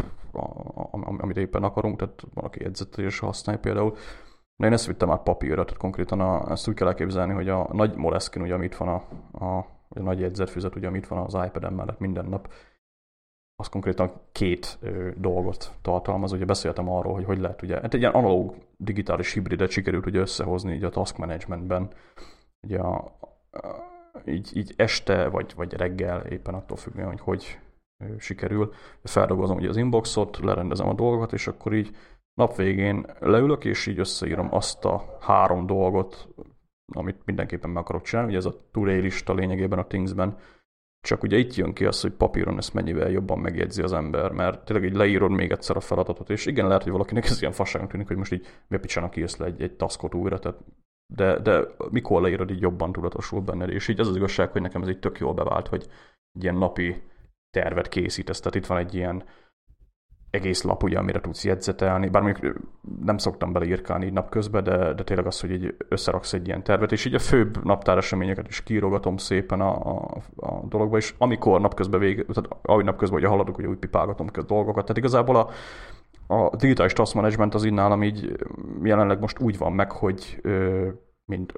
amit éppen akarunk, tehát valaki jegyzetelés használja például. De én ezt vittem át papírra, tehát konkrétan a, ezt úgy kell elképzelni, hogy a nagy Moleskine, ugye, amit van a, a, a nagy jegyzetfüzet, ugye, amit van az iPad-en mellett minden nap, az konkrétan két ö, dolgot tartalmaz. Ugye beszéltem arról, hogy hogy lehet, ugye, hát egy ilyen analóg digitális hibridet sikerült ugye összehozni így a task managementben. Ugye a, a, így, így este vagy, vagy reggel, éppen attól függően, hogy hogy ö, sikerül. Feldolgozom ugye az inboxot, lerendezem a dolgokat, és akkor így nap végén leülök, és így összeírom azt a három dolgot, amit mindenképpen meg akarok csinálni. Ugye ez a to-do lista lényegében a Thingsben. Csak ugye itt jön ki az, hogy papíron ezt mennyivel jobban megjegyzi az ember, mert tényleg így leírod még egyszer a feladatot, és igen, lehet, hogy valakinek ez ilyen fasságnak tűnik, hogy most így mi a picsának írsz le egy, egy taskot újra, tehát de, de mikor leírod, így jobban tudatosul benned, és így az az igazság, hogy nekem ez így tök jól bevált, hogy egy ilyen napi tervet készítesz, tehát itt van egy ilyen egész lap, ugye, amire tudsz jegyzetelni, bár mondjuk nem szoktam beleírkálni így napközben, de, de tényleg az, hogy így összeraksz egy ilyen tervet, és így a főbb naptáreseményeket is kiírogatom szépen a, a, a dologba, és amikor napközben végig, tehát ahogy napközben ugye haladok, ugye úgy pipálgatom ki a dolgokat, tehát igazából a, a digitális task management az így nálam így jelenleg most úgy van meg, hogy ö, mint,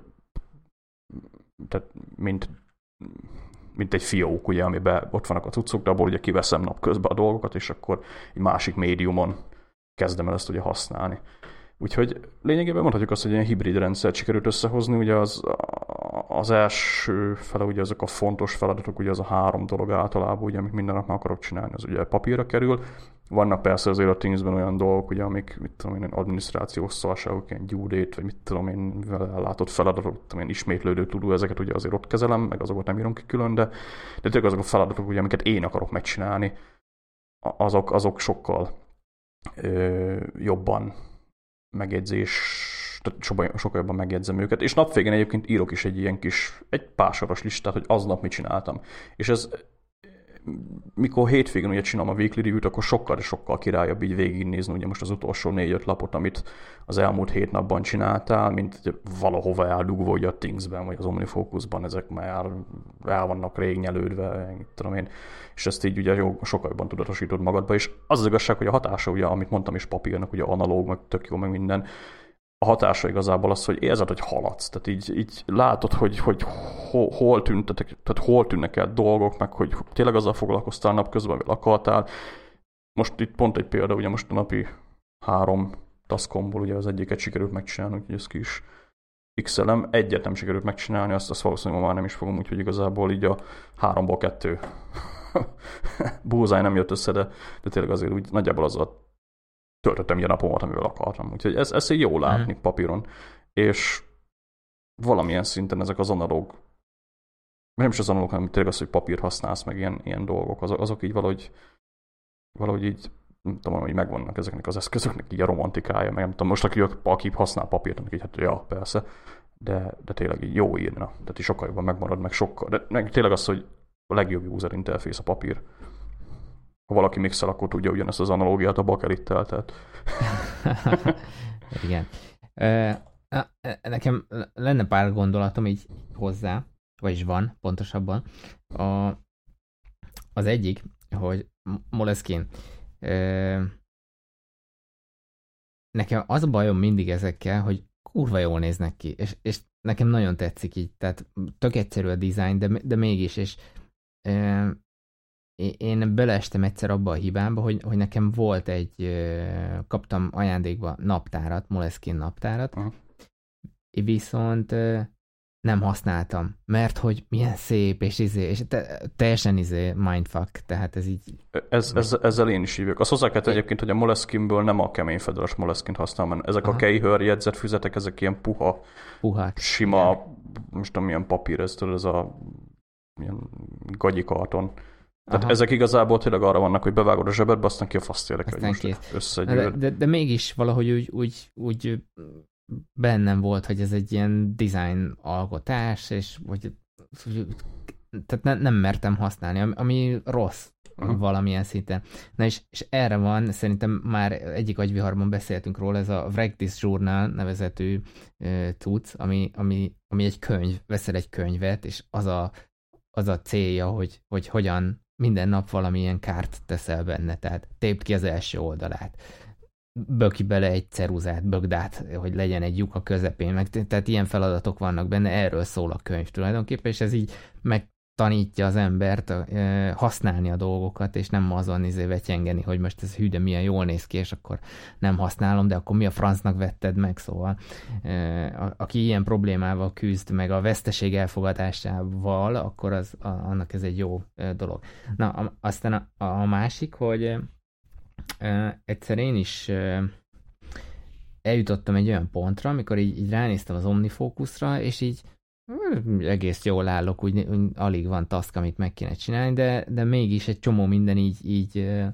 tehát, mint mint egy fiók, ugye, amiben ott vannak a cuccok, de abból ugye kiveszem napközben a dolgokat, és akkor egy másik médiumon kezdem el ezt ugye használni. Úgyhogy lényegében mondhatjuk azt, hogy ilyen hibrid rendszert sikerült összehozni, ugye az, az első fele, ugye azok a fontos feladatok, ugye az a három dolog általában, ugye, amit minden nap meg akarok csinálni, az ugye papírra kerül. Vannak persze azért a Thingsben olyan dolgok, ugye, amik, mit tudom én, adminisztrációs szarságok, ilyen due date, vagy mit tudom én, mivel ellátott feladatok, tudom én, ismétlődő tudó, ezeket ugye azért ott kezelem, meg azokat nem írom ki külön, de, de tényleg azok a feladatok, ugye, amiket én akarok megcsinálni, azok, azok sokkal ö, jobban megjegyzés, tehát sokkal, sokkal jobban megjegyzem őket, és napvégén egyébként írok is egy ilyen kis, egy pársoros listát, hogy aznap mit csináltam. És ez, mikor hétvégén ugye csinálom a weekly review-t, akkor sokkal, sokkal királyabb így végignézni ugye most az utolsó négy-öt lapot, amit az elmúlt hét napban csináltál, mint valahova eldugva ugye a Thingsben, vagy az OmniFocusban, ezek már el vannak rég nyelődve, tudom én, és ezt így ugye jó, sokkal jobban tudatosítod magadba, és az az igazság, hogy a hatása, ugye, amit mondtam is papírnak, ugye analóg, meg tök jó, meg minden, a hatása igazából az, hogy érzed, hogy haladsz. Tehát így, így látod, hogy, hogy hol, hol, tűntetek, tehát hol tűnnek el dolgok, meg hogy tényleg azzal foglalkoztál napközben, amit akartál. Most itt pont egy példa, ugye most a napi három taskomból ugye az egyiket sikerült megcsinálni, úgyhogy ezt ki is pixelem. Egyet nem sikerült megcsinálni, azt, azt valószínűleg már nem is fogom, úgyhogy igazából így a háromból kettő bullseye nem jött össze, de, de tényleg azért úgy nagyjából azzal töltöttem ilyen napomat, amivel akartam. Úgyhogy ez, ez így jó látni papíron. És valamilyen szinten ezek az analóg, nem is az analóg, hanem tényleg az, hogy papír használsz, meg ilyen, ilyen dolgok, azok, azok így valahogy, valahogy így, nem tudom, hogy megvannak ezeknek az eszközöknek így a romantikája, meg nem tudom, most aki, aki használ papírt, annak így, hát ja, persze, de, de tényleg így jó írna. Tehát így sokkal jobban megmarad, meg sokkal, de meg tényleg az, hogy a legjobb user interface a papír. Ha valaki mixel, akkor tudja ugyanezt az analógiát a bakelittel, tehát... Igen. Nekem lenne pár gondolatom így hozzá, vagyis van, pontosabban. A, az egyik, hogy Moleskine. Nekem az a bajom mindig ezekkel, hogy kurva jól néznek ki, és, és nekem nagyon tetszik így, tehát tök egyszerű a design, de, de mégis, és én beleestem egyszer abba a hibámba, hogy, hogy nekem volt egy, kaptam ajándékba naptárat, Moleskine naptárat, uh-huh. viszont nem használtam, mert hogy milyen szép, és, izé, és te, teljesen izé mindfuck, tehát ez így... Ez, ez, ezzel én is hívjuk. Azt hozzá kell egyébként, hogy a Moleskine-ből nem a kemény fedeles Moleskine-t használom, hanem ezek Aha. a Keyhör jegyzetfüzetek, ezek ilyen puha, Puhák. sima, igen. Most tudom, milyen papír ez, tudod, ez a ilyen gagyi karton. Tehát Aha. ezek igazából tényleg arra vannak, hogy bevágod a zsebedbe, aztán ki a fasz érdekel, hogy Aztán most kész. összegyűjt. De, de, de mégis valahogy úgy, úgy, úgy bennem volt, hogy ez egy ilyen design alkotás, és hogy, tehát ne, nem mertem használni, ami, ami rossz uh-huh. valamilyen szinten. Na és, és erre van, szerintem már egyik agyviharban beszéltünk róla, ez a Practice Journal nevezetű uh, cucc, ami, ami, ami egy könyv, veszel egy könyvet, és az a, az a célja, hogy, hogy hogyan minden nap valamilyen kárt teszel benne, tehát tépd ki az első oldalát, böki bele egy ceruzát, bögd át, hogy legyen egy lyuk a közepén, meg, tehát ilyen feladatok vannak benne, erről szól a könyv tulajdonképpen, és ez így megtanítja az embert e, használni a dolgokat, és nem azon izé vetyengeni, hogy most ez hű, de milyen jól néz ki, és akkor nem használom, de akkor mi a francnak vetted meg, szóval e, a, aki ilyen problémával küzd, meg a veszteség elfogadásával, akkor az, a, annak ez egy jó e, dolog. Na, a, aztán a, a másik, hogy Uh, egyszer én is uh, eljutottam egy olyan pontra, amikor így, így ránéztem az OmniFocusra, és így uh, egész jól állok, úgy, úgy alig van task, amit meg kéne csinálni, de, de mégis egy csomó minden így, így uh,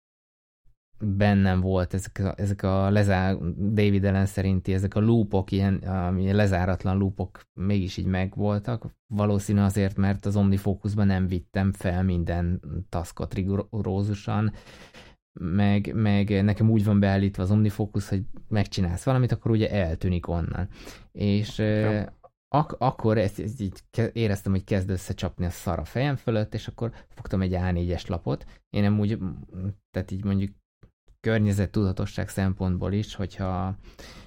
bennem volt, ezek a, ezek a lezár, David Allen szerinti, ezek a loopok, ilyen, ami lezáratlan loopok mégis így megvoltak, valószínű azért, mert az OmniFocusban nem vittem fel minden taskot rigorózusan, Meg, meg nekem úgy van beállítva az OmniFocus, hogy megcsinálsz valamit, akkor ugye eltűnik onnan. És ja. ak- akkor ezt, ezt így éreztem, hogy kezd összecsapni a szar a fejem fölött, és akkor fogtam egy á négyes lapot. Én nem úgy, tehát így mondjuk környezettudatosság szempontból is, hogyha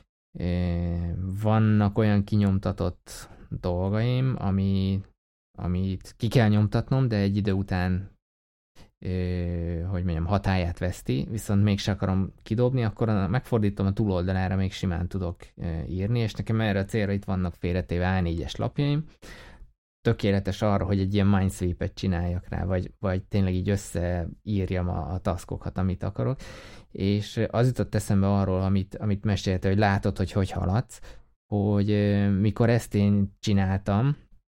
e, vannak olyan kinyomtatott dolgaim, ami, amit ki kell nyomtatnom, de egy idő után hogy mondjam, hatályát veszti, viszont mégse akarom kidobni, akkor megfordítom a túloldalára, még simán tudok írni, és nekem erre a célra itt vannak félretéve á négyes lapjaim. Tökéletes arra, hogy egy ilyen Minesweep-et csináljak rá, vagy, vagy tényleg így összeírjam a, a taskokat, amit akarok. És az jutott eszembe arról, amit, amit mesélte, hogy látod, hogy hogy haladsz, hogy mikor ezt én csináltam,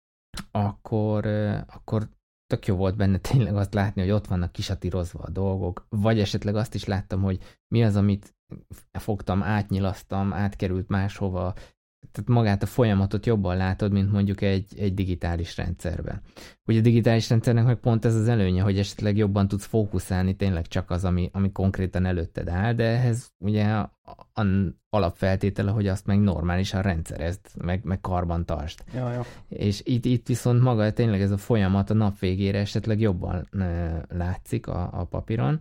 akkor, akkor tök jó volt benne tényleg azt látni, hogy ott vannak kisatírozva a dolgok, vagy esetleg azt is láttam, hogy mi az, amit fogtam, átnyilasztam, átkerült máshova, tehát magát a folyamatot jobban látod, mint mondjuk egy, egy digitális rendszerben. Ugye a digitális rendszernek meg pont ez az előnye, hogy esetleg jobban tudsz fókuszálni, tényleg csak az, ami, ami konkrétan előtted áll, de ehhez ugye a, a alapfeltétele, hogy azt meg normálisan rendszerezd, meg, meg karban tartsd. Ja, ja. És itt, itt viszont maga tényleg ez a folyamat a nap végére esetleg jobban e, látszik a, a papíron,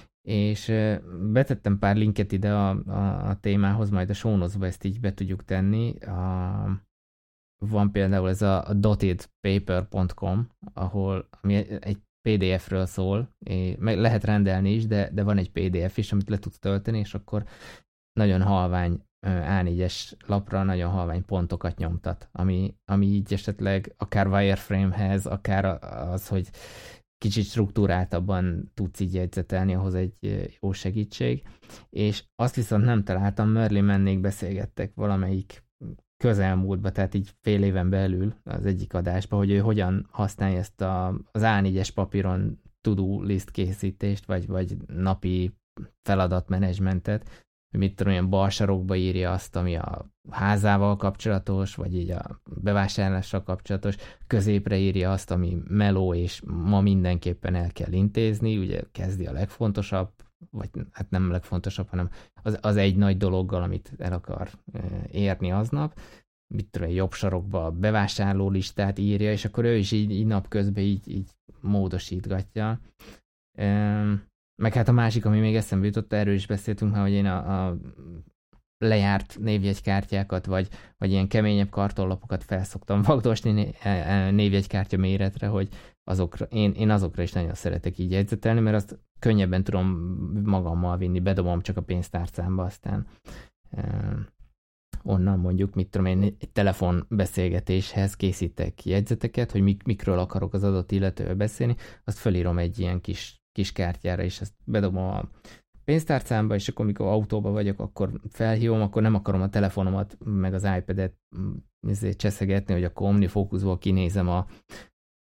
és betettem pár linket ide a, a, a témához, majd a show notes-ba ezt így be tudjuk tenni. A, van például ez a, a dotedpaper pont com, ahol ami egy pé dé ef-ről szól, meg lehet rendelni is, de, de van egy pé dé ef is, amit le tudsz tölteni, és akkor nagyon halvány á négyes lapra nagyon halvány pontokat nyomtat, ami, ami így esetleg akár wireframe-hez, akár az, hogy kicsit struktúráltabban tudsz így jegyzetelni, ahhoz egy jó segítség. És azt viszont nem találtam, Merlin mennék beszélgettek valamelyik közelmúltban, tehát így fél éven belül az egyik adásban, hogy ő hogyan használja ezt a, az á négyes papíron to-do list készítést, vagy, vagy napi feladatmenedzsmentet, hogy mit tudom, olyan bal sarokba írja azt, ami a házával kapcsolatos, vagy így a bevásárlással kapcsolatos, középre írja azt, ami meló, és ma mindenképpen el kell intézni, ugye kezdi a legfontosabb, vagy hát nem legfontosabb, hanem az, az egy nagy dologgal, amit el akar érni aznap, mit tudom, jobb sarokba a bevásárló listát írja, és akkor ő is így, így napközben így, így módosítgatja. Meg hát a másik, ami még eszembe jutott, erről is beszéltünk már, hogy én a, a lejárt névjegykártyákat, vagy, vagy ilyen keményebb kartonlapokat felszoktam vagdosni névjegykártya méretre, hogy azokra, én, én azokra is nagyon szeretek így jegyzetelni, mert azt könnyebben tudom magammal vinni, bedobom csak a pénztárcámba, aztán eh, onnan mondjuk, mit tudom én, egy telefonbeszélgetéshez készítek jegyzeteket, hogy mik, mikről akarok az adott illetővel beszélni, azt felírom egy ilyen kis kis kártyára, és ezt bedobom a pénztárcámba, és akkor, amikor autóba vagyok, akkor felhívom, akkor nem akarom a telefonomat, meg az iPad-et cseszegetni, hogy akkor OmniFocusból kinézem a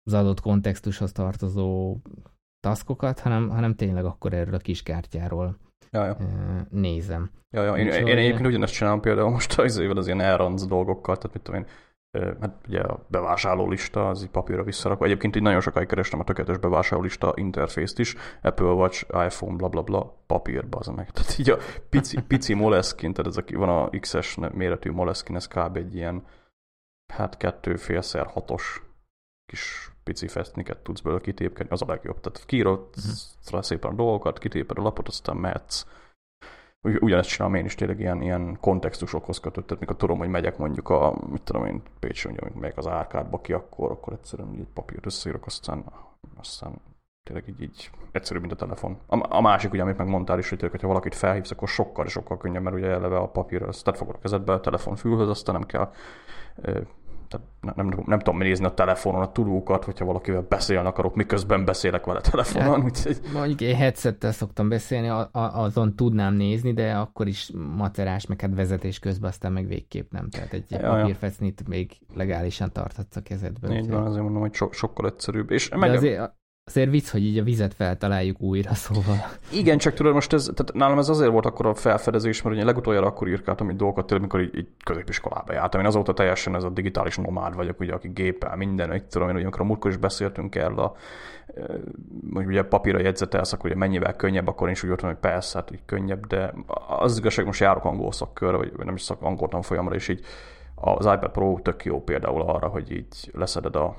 az adott kontextushoz tartozó taskokat, hanem, hanem tényleg akkor erről a kis kártyáról ja, ja. nézem. Ja, ja. Én, én, én egyébként ugyanezt csinálom például most az, az ilyen elranc dolgokkal, tehát mit tudom én, hát ugye a bevásárlólista, az így papírra visszarakva. Egyébként így nagyon sokáig kerestem a tökéletes bevásárlólista interfészt is, Apple Watch, iPhone, blablabla, bla, bla, papírba az meg. Tehát így a pici, pici Moleskine, tehát ez a, van a iksz es méretű Moleskine, ez kb. Egy ilyen, hát kettő félszer hatos kis pici festniket tudsz belőle kitépkedni, az a legjobb. Tehát kiírod uh-huh. szépen a dolgokat, kitéped a lapot, aztán mehetsz. Ugyanezt csinálom én is tényleg ilyen, ilyen kontextusokhoz kötött, tehát mikor tudom, hogy megyek mondjuk a, mit tudom én, Pécsön, hogy megyek az árkádba ki, akkor, akkor egyszerűen egy papírt összeírok, aztán, aztán tényleg így, így egyszerűbb, mint a telefon. A, a másik, ugye, amit megmondtál is, hogy tényleg, hogyha valakit felhívsz, akkor sokkal, sokkal könnyebb, mert ugye eleve a papírra, azt fogod a kezedbe, a telefon fülhöz, aztán nem kell tehát nem, nem, nem tudom nézni a telefonon a tudókat, hogyha valakivel beszélni akarok, miközben beszélek vele telefonon. Hát, mondjuk én headsettel szoktam beszélni, a, a, azon tudnám nézni, de akkor is macerás, meg hát vezetés közben aztán meg végképp nem. Tehát egy ja, papírfesznit ja. még legálisan tarthatsz a kezedben. Így van, azért mondom, hogy so, sokkal egyszerűbb. És meg azért, azért vicc, hogy így a vizet feltaláljuk újra, szóval. Igen, csak tudod, most ez, tehát nálam ez azért volt akkor a felfedezés, mert ugye legutoljára akkor írkáltam így dolgokat, tényleg, amikor így, így középiskolába jártam. Én azóta teljesen ez a digitális nomád vagyok, ugye, aki géppel minden, így tudom én, hogy amikor a múltkor is beszéltünk erről, a, hogy ugye papírra jegyzetelsz, akkor ugye mennyivel könnyebb, akkor én is úgy voltam, hogy persze, hát így könnyebb, de az igazság, most járok angol szakkörre, vagy nem is szak, angol tanfolyamra, és így az iPad Pro tök jó például arra, hogy így leszeded a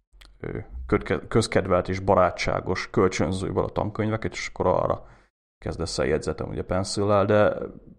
közkedvelt és barátságos kölcsönzővel a tankönyveket, és akkor arra kezdesz el jegyzetem, ugye pencillel, de,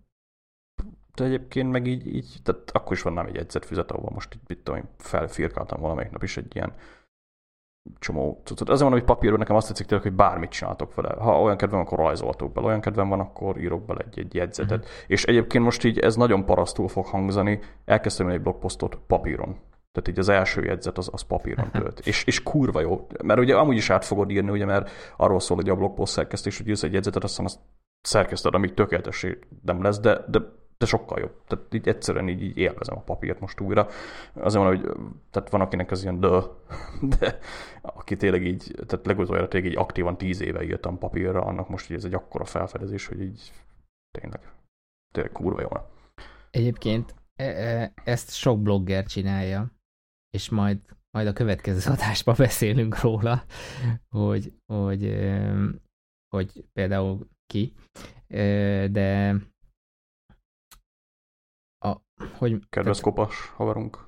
de egyébként meg így, így, tehát akkor is van nem egy jegyzetfüzet, ahol most itt, itt tudom, felfirkáltam valamelyik nap is egy ilyen csomó cuccot. Azért mondom, hogy papírban nekem azt tetszik tényleg, hogy bármit csináltok vele. Ha olyan kedvem, akkor rajzoltok bele, olyan kedvem van, akkor írok bele egy, egy jegyzetet. Mm-hmm. És egyébként most így ez nagyon parasztul fog hangzani, elkezdtem egy blogposztot papíron. Tehát így az első jegyzet az, az papíron tölt. és, és kurva jó. Mert ugye amúgy is át fogod írni, ugye, mert arról szól, hogy a blogpost szerkesztés, hogy írsz egy jegyzetet, aztán azt szerkeszted, amíg tökéletesé nem lesz, de, de, de sokkal jobb. Tehát így egyszerűen így, így élvezem a papírt most újra. Azért van, hogy tehát van, akinek ez ilyen dö, de aki tényleg így, tehát legutoljára tényleg így aktívan tíz éve írtam papírra, annak most így ez egy akkora felfedezés, hogy így tényleg, tényleg kurva jó. Egyébként ezt sok blogger csinálja, és majd, majd a következő adásban beszélünk róla, hogy, hogy, hogy például ki, de a, hogy... Kedves kopas haverunk.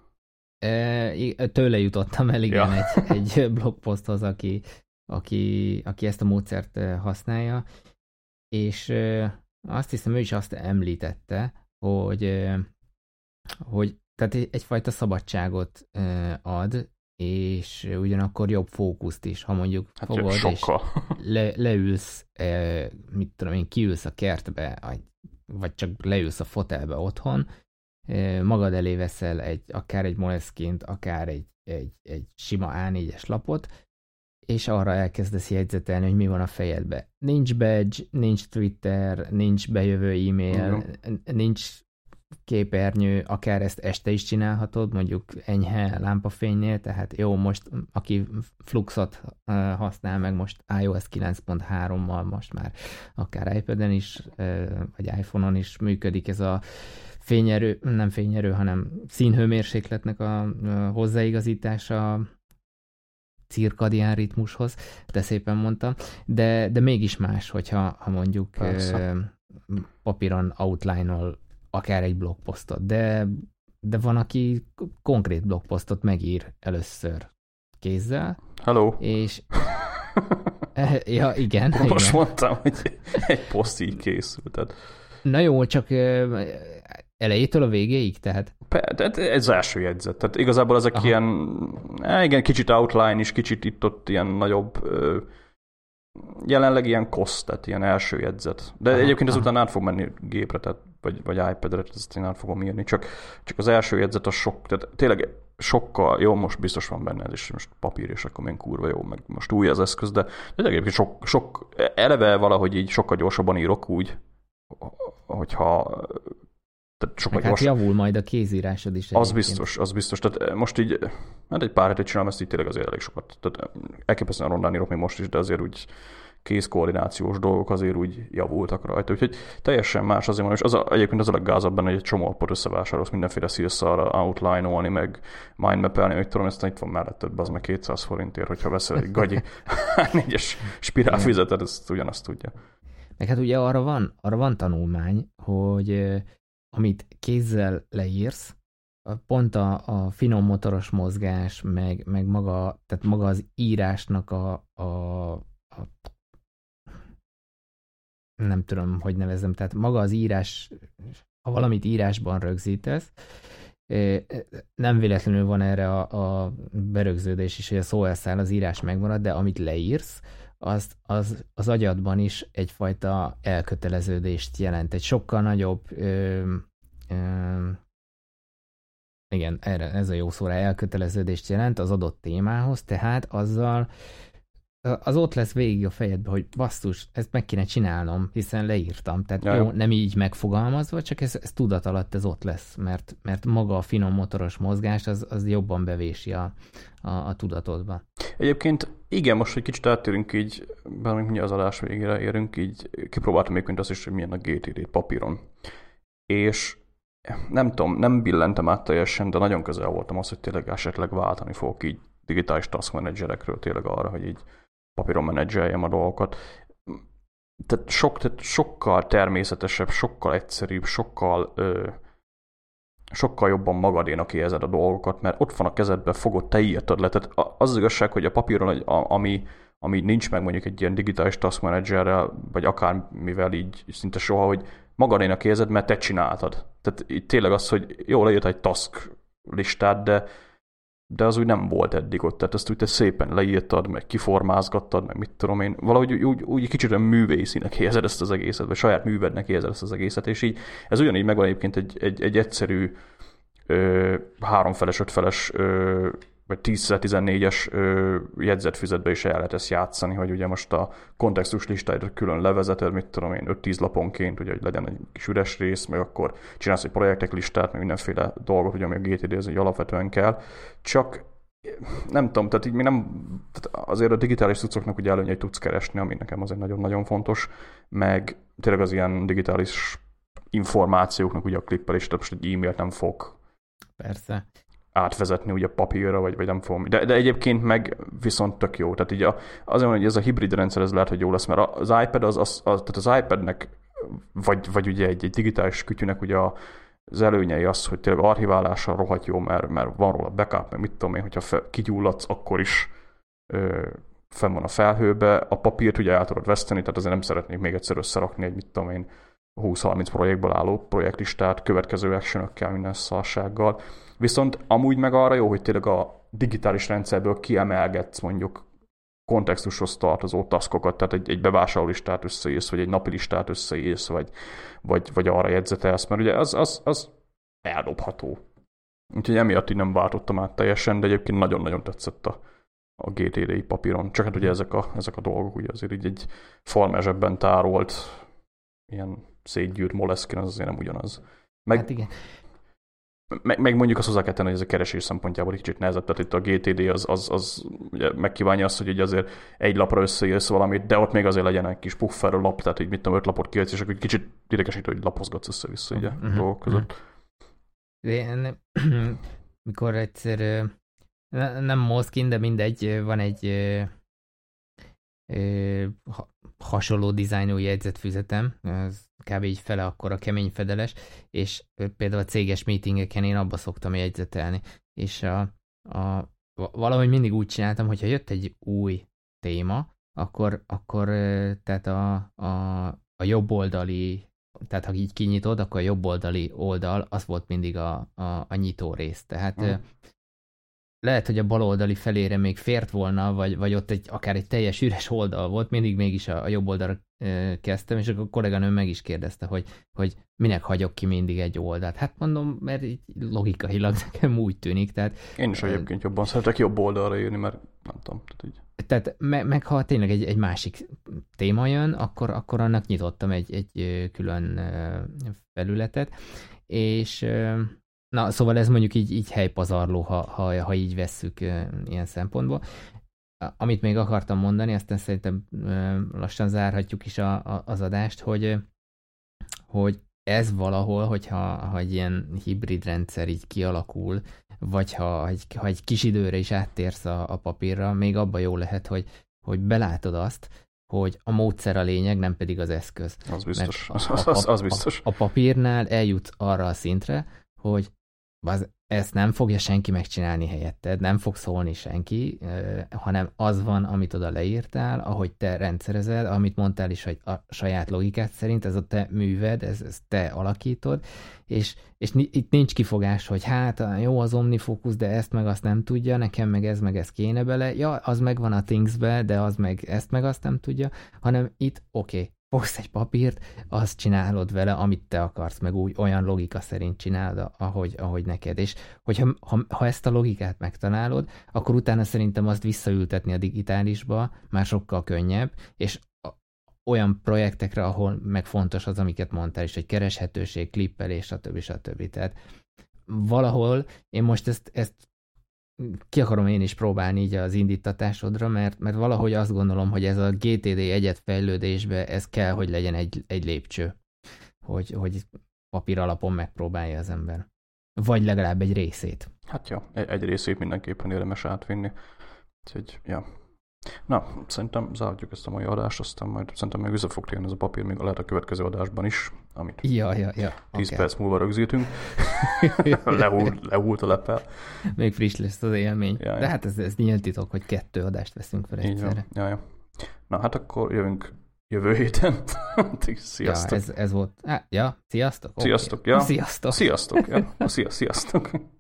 Tőle jutottam el, igen, ja. egy, egy blogposzthoz, aki, aki, aki ezt a módszert használja, és azt hiszem, ő is azt említette, hogy, hogy tehát egyfajta szabadságot ad, és ugyanakkor jobb fókuszt is, ha mondjuk hát fogod, és le, leülsz, mit tudom én, kiülsz a kertbe, vagy csak leülsz a fotelbe otthon, magad elé veszel egy, akár egy Moleskine-t, akár egy, egy, egy sima á négyes lapot, és arra elkezdesz jegyzetelni, hogy mi van a fejedbe. Nincs badge, nincs Twitter, nincs bejövő e-mail, uh-huh. nincs képernyő, akár ezt este is csinálhatod, mondjuk enyhe lámpafénynél, tehát jó, most aki Fluxot uh, használ meg most iOS kilenc pont hárommal most már akár iPad-en is, uh, vagy iPhone-on is működik ez a fényerő, nem fényerő, hanem színhőmérsékletnek a, a hozzáigazítása cirkadián ritmushoz, de szépen mondtam, de, de mégis más, hogyha ha mondjuk uh, papíron outline-ol akár egy blogposztot, de, de van, aki konkrét blogposztot megír először kézzel. Hello. És ja, igen. Most igen. mondtam, hogy egy poszt így készült. Tehát... Na jó, csak elejétől a végéig, tehát? De ez első jegyzet. Tehát igazából ezek Aha. ilyen, igen, kicsit outline is, kicsit itt-ott ilyen nagyobb, jelenleg ilyen kosz, tehát ilyen első jegyzet. De Aha. egyébként ezután át fog menni gépre, tehát, vagy, vagy iPad-re, ezt én át fogom írni. Csak, csak az első jegyzet az sok, tehát tényleg sokkal, jó, most biztos van benne ez is, most papír, és akkor milyen kurva jó, meg most új az eszköz, de, de egyébként sok, sok, eleve valahogy így sokkal gyorsabban írok úgy, hogyha Tehát sokkal meg hát javul majd a kézírásod is. Az egyébként. biztos, az biztos. Tehát most így, hát egy pár hetet csinálom, ezt így tényleg azért elég sokat. Tehát elképesztően rondán írok még most is, de azért úgy kézkoordinációs dolgok azért úgy javultak rajta. Úgyhogy teljesen más azért van, és az a, egyébként az a leggázabb benne, hogy egy csomó appot összevásárolsz, mindenféle szírszarra outline-olni, meg mindmap-elni, hogy tudom, ezt itt van melletted, az meg kétszáz forintért, hogyha veszel egy gagyi négyes spirálfüzetet, ezt ugyanazt tudja. Meg hát ugye arra van, arra van tanulmány, hogy amit kézzel leírsz, pont a, a finom motoros mozgás, meg, meg maga, tehát maga az írásnak a, a, a nem tudom, hogy nevezem, tehát maga az írás, ha valamit írásban rögzítesz, nem véletlenül van erre a, a berögződés is, hogy a szóelszál az írás megmarad, de amit leírsz, az, az, az agyadban is egyfajta elköteleződést jelent. Egy sokkal nagyobb ö, ö, igen, erre, ez a jó szóra, elköteleződést jelent az adott témához, tehát azzal az ott lesz végig a fejedben, hogy basszus, ezt meg kéne csinálnom, hiszen leírtam. Tehát ja, jó, nem így megfogalmazva, csak ez, ez tudat alatt ez ott lesz, mert, mert maga a finom motoros mozgás az, az jobban bevési a, a, a tudatodba. Egyébként igen, most egy kicsit áttérünk így, bármint mi az adás végére érünk, így kipróbáltam egyébként azt is, hogy milyen a gé té dé papíron. És nem tudom, nem billentem át teljesen, de nagyon közel voltam az, hogy tényleg esetleg váltani fogok így digitális task managerekről tényleg arra, hogy így papíron menedzseljem a dolgokat. Tehát, sok, tehát sokkal természetesebb, sokkal egyszerűbb, sokkal, ö, sokkal jobban magadénak érzed a dolgokat, mert ott van a kezedben, fogod, te írtad le. Tehát az az igazság, hogy a papíron, ami, ami nincs meg mondjuk egy ilyen digitális task managerrel, vagy akármivel így szinte soha, hogy magadénak érzed, mert te csináltad. Tehát itt tényleg az, hogy jól leírt egy task listát, de de az úgy nem volt eddig ott, tehát ezt úgy te szépen leírtad, meg kiformázgattad, meg mit tudom én, valahogy úgy, úgy kicsit olyan művészinek érzed ezt az egészet, vagy saját művednek érzed ezt az egészet, és így ez ugyanígy megvan egyébként egy, egy, egy egyszerű ö, háromfeles, ötfeles, ö, vagy tíz tizennégyes ö, jegyzetfüzetbe is el lehet ezt játszani, hogy ugye most a kontextus listáidra külön levezeted, mit tudom én, öt-tíz laponként, ugye, hogy legyen egy kis üres rész, meg akkor csinálsz egy projektek listát, meg mindenféle dolgot, ugye, ami a gé té dé ez alapvetően kell. Csak nem tudom, tehát így még nem, tehát azért a digitális cuccoknak ugye előnyeit tudsz keresni, ami nekem azért nagyon-nagyon fontos, meg tényleg az ilyen digitális információknak ugye a klippelés, tehát most egy e-mailt nem fog Persze. átvezetni ugye papírra, vagy, vagy nem fogom. De, de egyébként meg viszont tök jó. Tehát így a, azért van, hogy ez a hibrid rendszer, ez lehet, hogy jó lesz, mert az iPad, az, az, az, tehát az iPadnek, vagy, vagy ugye egy, egy digitális kütyűnek ugye az előnyei az, hogy tényleg archiválása rohadt jó, mert, mert van róla backup, meg mit tudom én, hogyha fe, kigyulladsz, akkor is ö, fenn van a felhőbe. A papírt ugye el tudod veszteni, tehát azért nem szeretnék még egyszer összerakni egy, mit tudom én, húsz-harminc projektből álló projektlistát, következő actionökkel, minden szarsággal. Viszont amúgy meg arra jó, hogy tényleg a digitális rendszerből kiemelgetsz mondjuk kontextushoz tartozó taskokat, tehát egy, egy bevásárlólistát összeírsz, vagy egy napi listát összeírsz, vagy, vagy, vagy arra jegyzetelsz, mert ugye az, az, az eldobható. Úgyhogy emiatt így nem váltottam át teljesen, de egyébként nagyon-nagyon tetszett a, a gé té dé papíron. Csak hát ugye ezek a, ezek a dolgok, ugye azért így egy farmezsebben tárolt ilyen szétgyűrt Moleskine, az azért nem ugyanaz. Meg, hát igen. Meg, meg mondjuk azt hozzá kell tenni, hogy ez a keresés szempontjából egy kicsit nehezebb, tehát itt a gé té dé az, az, az ugye megkívánja azt, hogy így azért egy lapra összeírsz valamit, de ott még azért legyen egy kis puffer lap, tehát így mit tudom, öt lapot kiadsz, és akkor kicsit idegesítő, hogy lapozgatsz össze-vissza ugye uh-huh. dolgok között. De mikor egyszer nem Moleskine, de mindegy, van egy hasonló dizájnú jegyzetfüzetem, az kb. Így fele akkor a kemény fedeles, és például a céges meetingeken én abba szoktam jegyzetelni, és a, a, valahogy mindig úgy csináltam, hogyha jött egy új téma, akkor, akkor tehát a, a, a jobb oldali, tehát ha így kinyitod, akkor a jobb oldali oldal, az volt mindig a, a, a nyitó rész, tehát mm. lehet, hogy a baloldali felére még fért volna, vagy, vagy ott egy, akár egy teljes üres oldal volt, mindig mégis a, a jobb oldalra e, kezdtem, és akkor a kolléganőm meg is kérdezte, hogy, hogy minek hagyok ki mindig egy oldalt. Hát mondom, mert így logikailag nekem úgy tűnik. Tehát, én is egyébként jobban szeretek jobb oldalra írni, mert nem tudom. Tehát, így. tehát me, meg ha tényleg egy, egy másik téma jön, akkor, akkor annak nyitottam egy, egy külön felületet, és na, szóval ez mondjuk így, így helypazarló, ha, ha, ha így vesszük ilyen szempontból. Amit még akartam mondani, aztán szerintem lassan zárhatjuk is a, a, az adást, hogy, hogy ez valahol, hogyha ha egy ilyen hibrid rendszer így kialakul, vagy ha egy, ha egy kis időre is áttérsz a, a papírra, még abban jó lehet, hogy, hogy belátod azt, hogy a módszer a lényeg, nem pedig az eszköz. Az biztos. A, az, a, az, az biztos. A, a papírnál eljutsz arra a szintre, hogy az, ezt nem fogja senki megcsinálni helyetted, nem fog szólni senki, hanem az van, amit oda leírtál, ahogy te rendszerezed, amit mondtál is, hogy a saját logikát szerint, ez a te műved, ez, ez te alakítod, és, és itt nincs kifogás, hogy hát jó az OmniFocus, de ezt meg azt nem tudja, nekem meg ez meg ez kéne bele, ja, az megvan a Things-be, de az meg ezt meg azt nem tudja, hanem itt oké, okay, fogsz egy papírt, azt csinálod vele, amit te akarsz, meg úgy olyan logika szerint csinálod, ahogy, ahogy neked. És hogyha ha, ha ezt a logikát megtanálod, akkor utána szerintem azt visszaültetni a digitálisba már sokkal könnyebb, és olyan projektekre, ahol meg fontos az, amiket mondtál is, hogy kereshetőség, klippelés, stb. stb. Tehát valahol én most ezt, ezt ki akarom én is próbálni így az indítatásodra, mert, mert valahogy azt gondolom, hogy ez a gé té dé egyet fejlődésbe ez kell, hogy legyen egy, egy lépcső, hogy, hogy papír alapon megpróbálja az ember. Vagy legalább egy részét. Hát ja, egy részét mindenképpen érdemes átvinni. Úgyhogy, ja. Na, szerintem zárjuk ezt a mai adást, aztán majd szerintem még vissza fog térni ez a papír, még lehet a következő adásban is, amit ja, ja, ja. tíz okay. perc múlva rögzítünk. Lehult, lehult a lepel. Még friss lesz az élmény. Ja, ja. De hát ez, ez nyílt titok, hogy kettő adást veszünk fel egyszerre. Ja, ja. Na hát akkor jövünk jövő héten. Sziasztok. Ja, ez, ez volt. Á, ja, sziasztok? Sziasztok, okay. ja. Sziasztok. Sziasztok, ja. Szia, sziasztok.